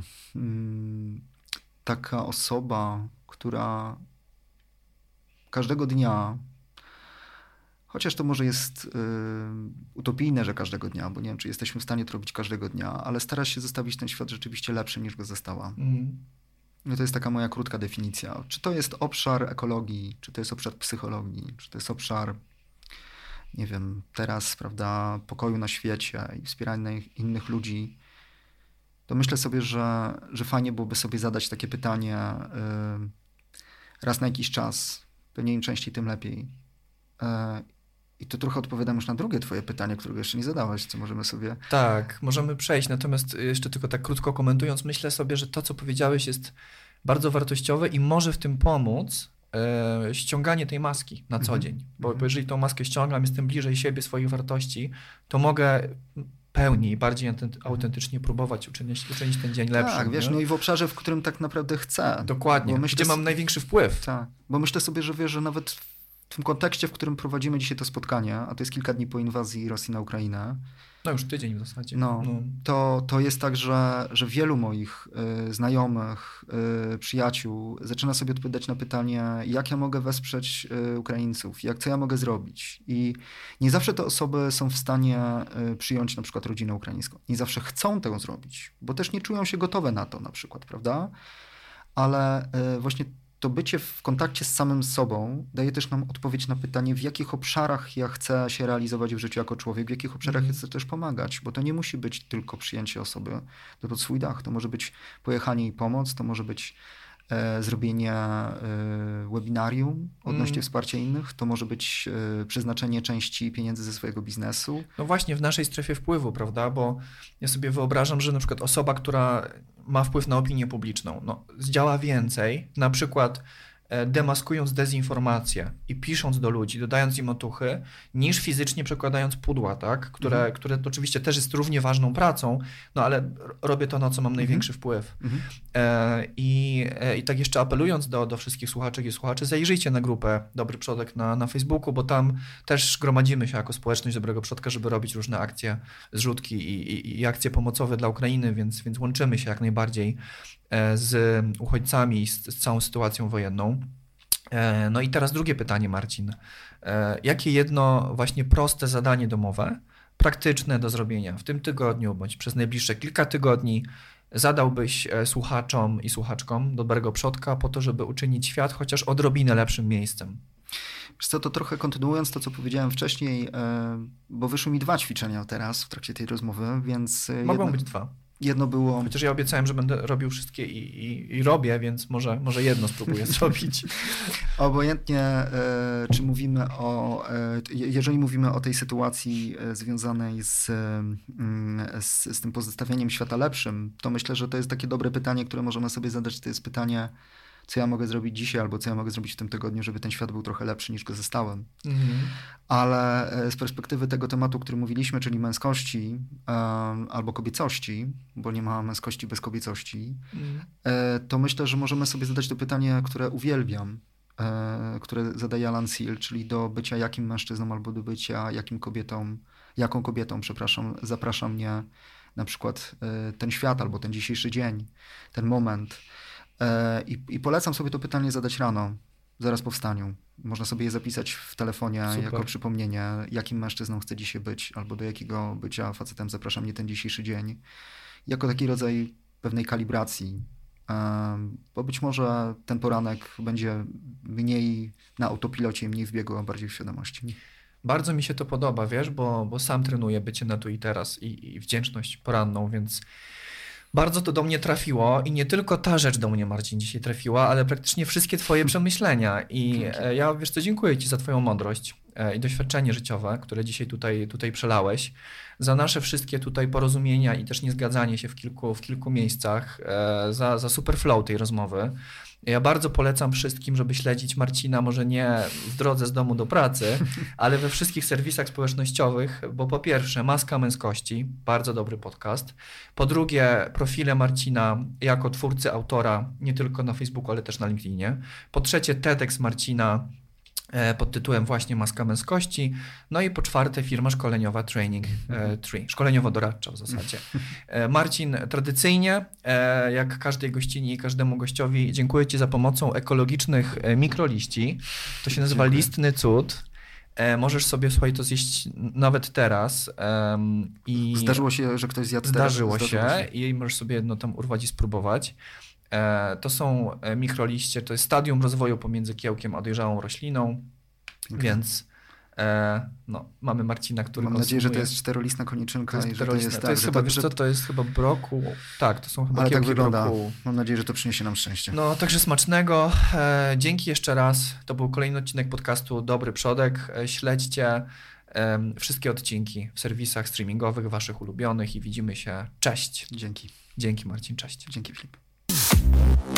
taka osoba, która każdego dnia, chociaż to może jest utopijne, że każdego dnia, bo nie wiem, czy jesteśmy w stanie to robić każdego dnia, ale stara się zostawić ten świat rzeczywiście lepszym, niż go zastała. No to jest taka moja krótka definicja. Czy to jest obszar ekologii, czy to jest obszar psychologii, czy to jest obszar, nie wiem, teraz, prawda, pokoju na świecie i wspierania innych ludzi, to myślę sobie, że fajnie byłoby sobie zadać takie pytanie raz na jakiś czas, pewnie im częściej, tym lepiej. I to trochę odpowiadam już na drugie twoje pytanie, którego jeszcze nie zadałeś, co możemy sobie... Tak, możemy przejść, natomiast jeszcze tylko tak krótko komentując, myślę sobie, że to, co powiedziałeś, jest bardzo wartościowe i może w tym pomóc ściąganie tej maski na co dzień. Bo jeżeli tą maskę ściągam, jestem bliżej siebie, swoich wartości, to mogę pełniej, bardziej autentycznie próbować uczynić ten dzień lepszym. Tak, wiesz, no i w obszarze, w którym tak naprawdę chcę. Dokładnie, gdzie mam największy wpływ. Tak, bo myślę sobie, że wiesz, że nawet w tym kontekście, w którym prowadzimy dzisiaj to spotkanie, a to jest kilka dni po inwazji Rosji na Ukrainę. No już tydzień w zasadzie. To jest tak, że wielu moich znajomych, przyjaciół zaczyna sobie odpowiadać na pytanie, jak ja mogę wesprzeć Ukraińców, co ja mogę zrobić. I nie zawsze te osoby są w stanie przyjąć na przykład rodzinę ukraińską. Nie zawsze chcą tego zrobić, bo też nie czują się gotowe na to na przykład, prawda? Ale właśnie to bycie w kontakcie z samym sobą daje też nam odpowiedź na pytanie, w jakich obszarach ja chcę się realizować w życiu jako człowiek, w jakich obszarach ja chcę też pomagać, bo to nie musi być tylko przyjęcie osoby pod swój dach. To może być pojechanie i pomoc, to może być zrobienie webinarium odnośnie wsparcia innych, to może być przeznaczenie części pieniędzy ze swojego biznesu. No właśnie, w naszej strefie wpływu, prawda, bo ja sobie wyobrażam, że na przykład osoba, która ma wpływ na opinię publiczną, zdziała więcej, na przykład demaskując dezinformację i pisząc do ludzi, dodając im otuchy, niż fizycznie przekładając pudła, tak? Które oczywiście też jest równie ważną pracą, ale robię to, na co mam największy wpływ. I tak jeszcze apelując do wszystkich słuchaczek i słuchaczy, zajrzyjcie na grupę Dobry Przodek na Facebooku, bo tam też gromadzimy się jako społeczność Dobrego Przodka, żeby robić różne akcje, zrzutki i akcje pomocowe dla Ukrainy, więc łączymy się jak najbardziej z uchodźcami i z całą sytuacją wojenną. No i teraz drugie pytanie, Marcin. Jakie jedno właśnie proste zadanie domowe, praktyczne do zrobienia w tym tygodniu bądź przez najbliższe kilka tygodni zadałbyś słuchaczom i słuchaczkom Dobrego Przodka po to, żeby uczynić świat chociaż odrobinę lepszym miejscem? Wiesz co, to trochę kontynuując to, co powiedziałem wcześniej, bo wyszły mi 2 ćwiczenia teraz w trakcie tej rozmowy, więc... Mogą być 2. Jedno było... Chociaż ja obiecałem, że będę robił wszystkie i robię, więc może jedno spróbuję zrobić. Obojętnie, czy mówimy jeżeli mówimy o tej sytuacji związanej z tym pozostawieniem świata lepszym, to myślę, że to jest takie dobre pytanie, które możemy sobie zadać. To jest pytanie, co ja mogę zrobić dzisiaj, albo co ja mogę zrobić w tym tygodniu, żeby ten świat był trochę lepszy niż go zostałem. Ale z perspektywy tego tematu, o którym mówiliśmy, czyli męskości albo kobiecości, bo nie ma męskości bez kobiecości, to myślę, że możemy sobie zadać to pytanie, które uwielbiam, które zadaje Alan Seale, czyli do bycia jakim mężczyzną albo do bycia jaką kobietą, zaprasza mnie na przykład ten świat albo ten dzisiejszy dzień, ten moment. I polecam sobie to pytanie zadać rano, zaraz po wstaniu. Można sobie je zapisać w telefonie jako przypomnienie, jakim mężczyzną chcę dzisiaj być, albo do jakiego bycia facetem zaprasza mnie ten dzisiejszy dzień. Jako taki rodzaj pewnej kalibracji, bo być może ten poranek będzie mniej na autopilocie, mniej w biegu, a bardziej w świadomości. Bardzo mi się to podoba, wiesz, bo sam trenuję bycie na tu i teraz i wdzięczność poranną, więc bardzo to do mnie trafiło i nie tylko ta rzecz do mnie, Marcin, dzisiaj trafiła, ale praktycznie wszystkie twoje przemyślenia i ja, wiesz co, dziękuję ci za twoją mądrość i doświadczenie życiowe, które dzisiaj tutaj przelałeś, za nasze wszystkie tutaj porozumienia i też niezgadzanie się w kilku miejscach, za super flow tej rozmowy. Ja bardzo polecam wszystkim, żeby śledzić Marcina, może nie w drodze z domu do pracy, ale we wszystkich serwisach społecznościowych, bo po pierwsze Maska Męskości, bardzo dobry podcast. Po drugie profile Marcina jako twórcy, autora, nie tylko na Facebooku, ale też na LinkedInie. Po trzecie TEDx Marcina pod tytułem właśnie Maska Męskości. No i po czwarte firma szkoleniowa Training 3, szkoleniowo-doradcza w zasadzie. Marcin, tradycyjnie, jak każdej gościni i każdemu gościowi, dziękuję ci za pomocą ekologicznych mikroliści. To się nazywa listny cud. Możesz sobie, słuchaj, to zjeść nawet teraz. Zdarzyło się, że ktoś zjadł Zdarzyło się i możesz sobie jedno tam urwać i spróbować. To są mikroliście, to jest stadium rozwoju pomiędzy kiełkiem a dojrzałą rośliną, więc mamy Marcina, który Mam nadzieję, że to jest 4-listna koniczynka. To jest chyba brokuł. Tak, to są chyba ale kiełki tak wygląda. Brokułu. Mam nadzieję, że to przyniesie nam szczęście. No, także smacznego. Dzięki jeszcze raz. To był kolejny odcinek podcastu Dobry Przodek. Śledźcie wszystkie odcinki w serwisach streamingowych waszych ulubionych i widzimy się. Cześć. Dzięki. Dzięki, Marcin. Cześć. Dzięki, Filip.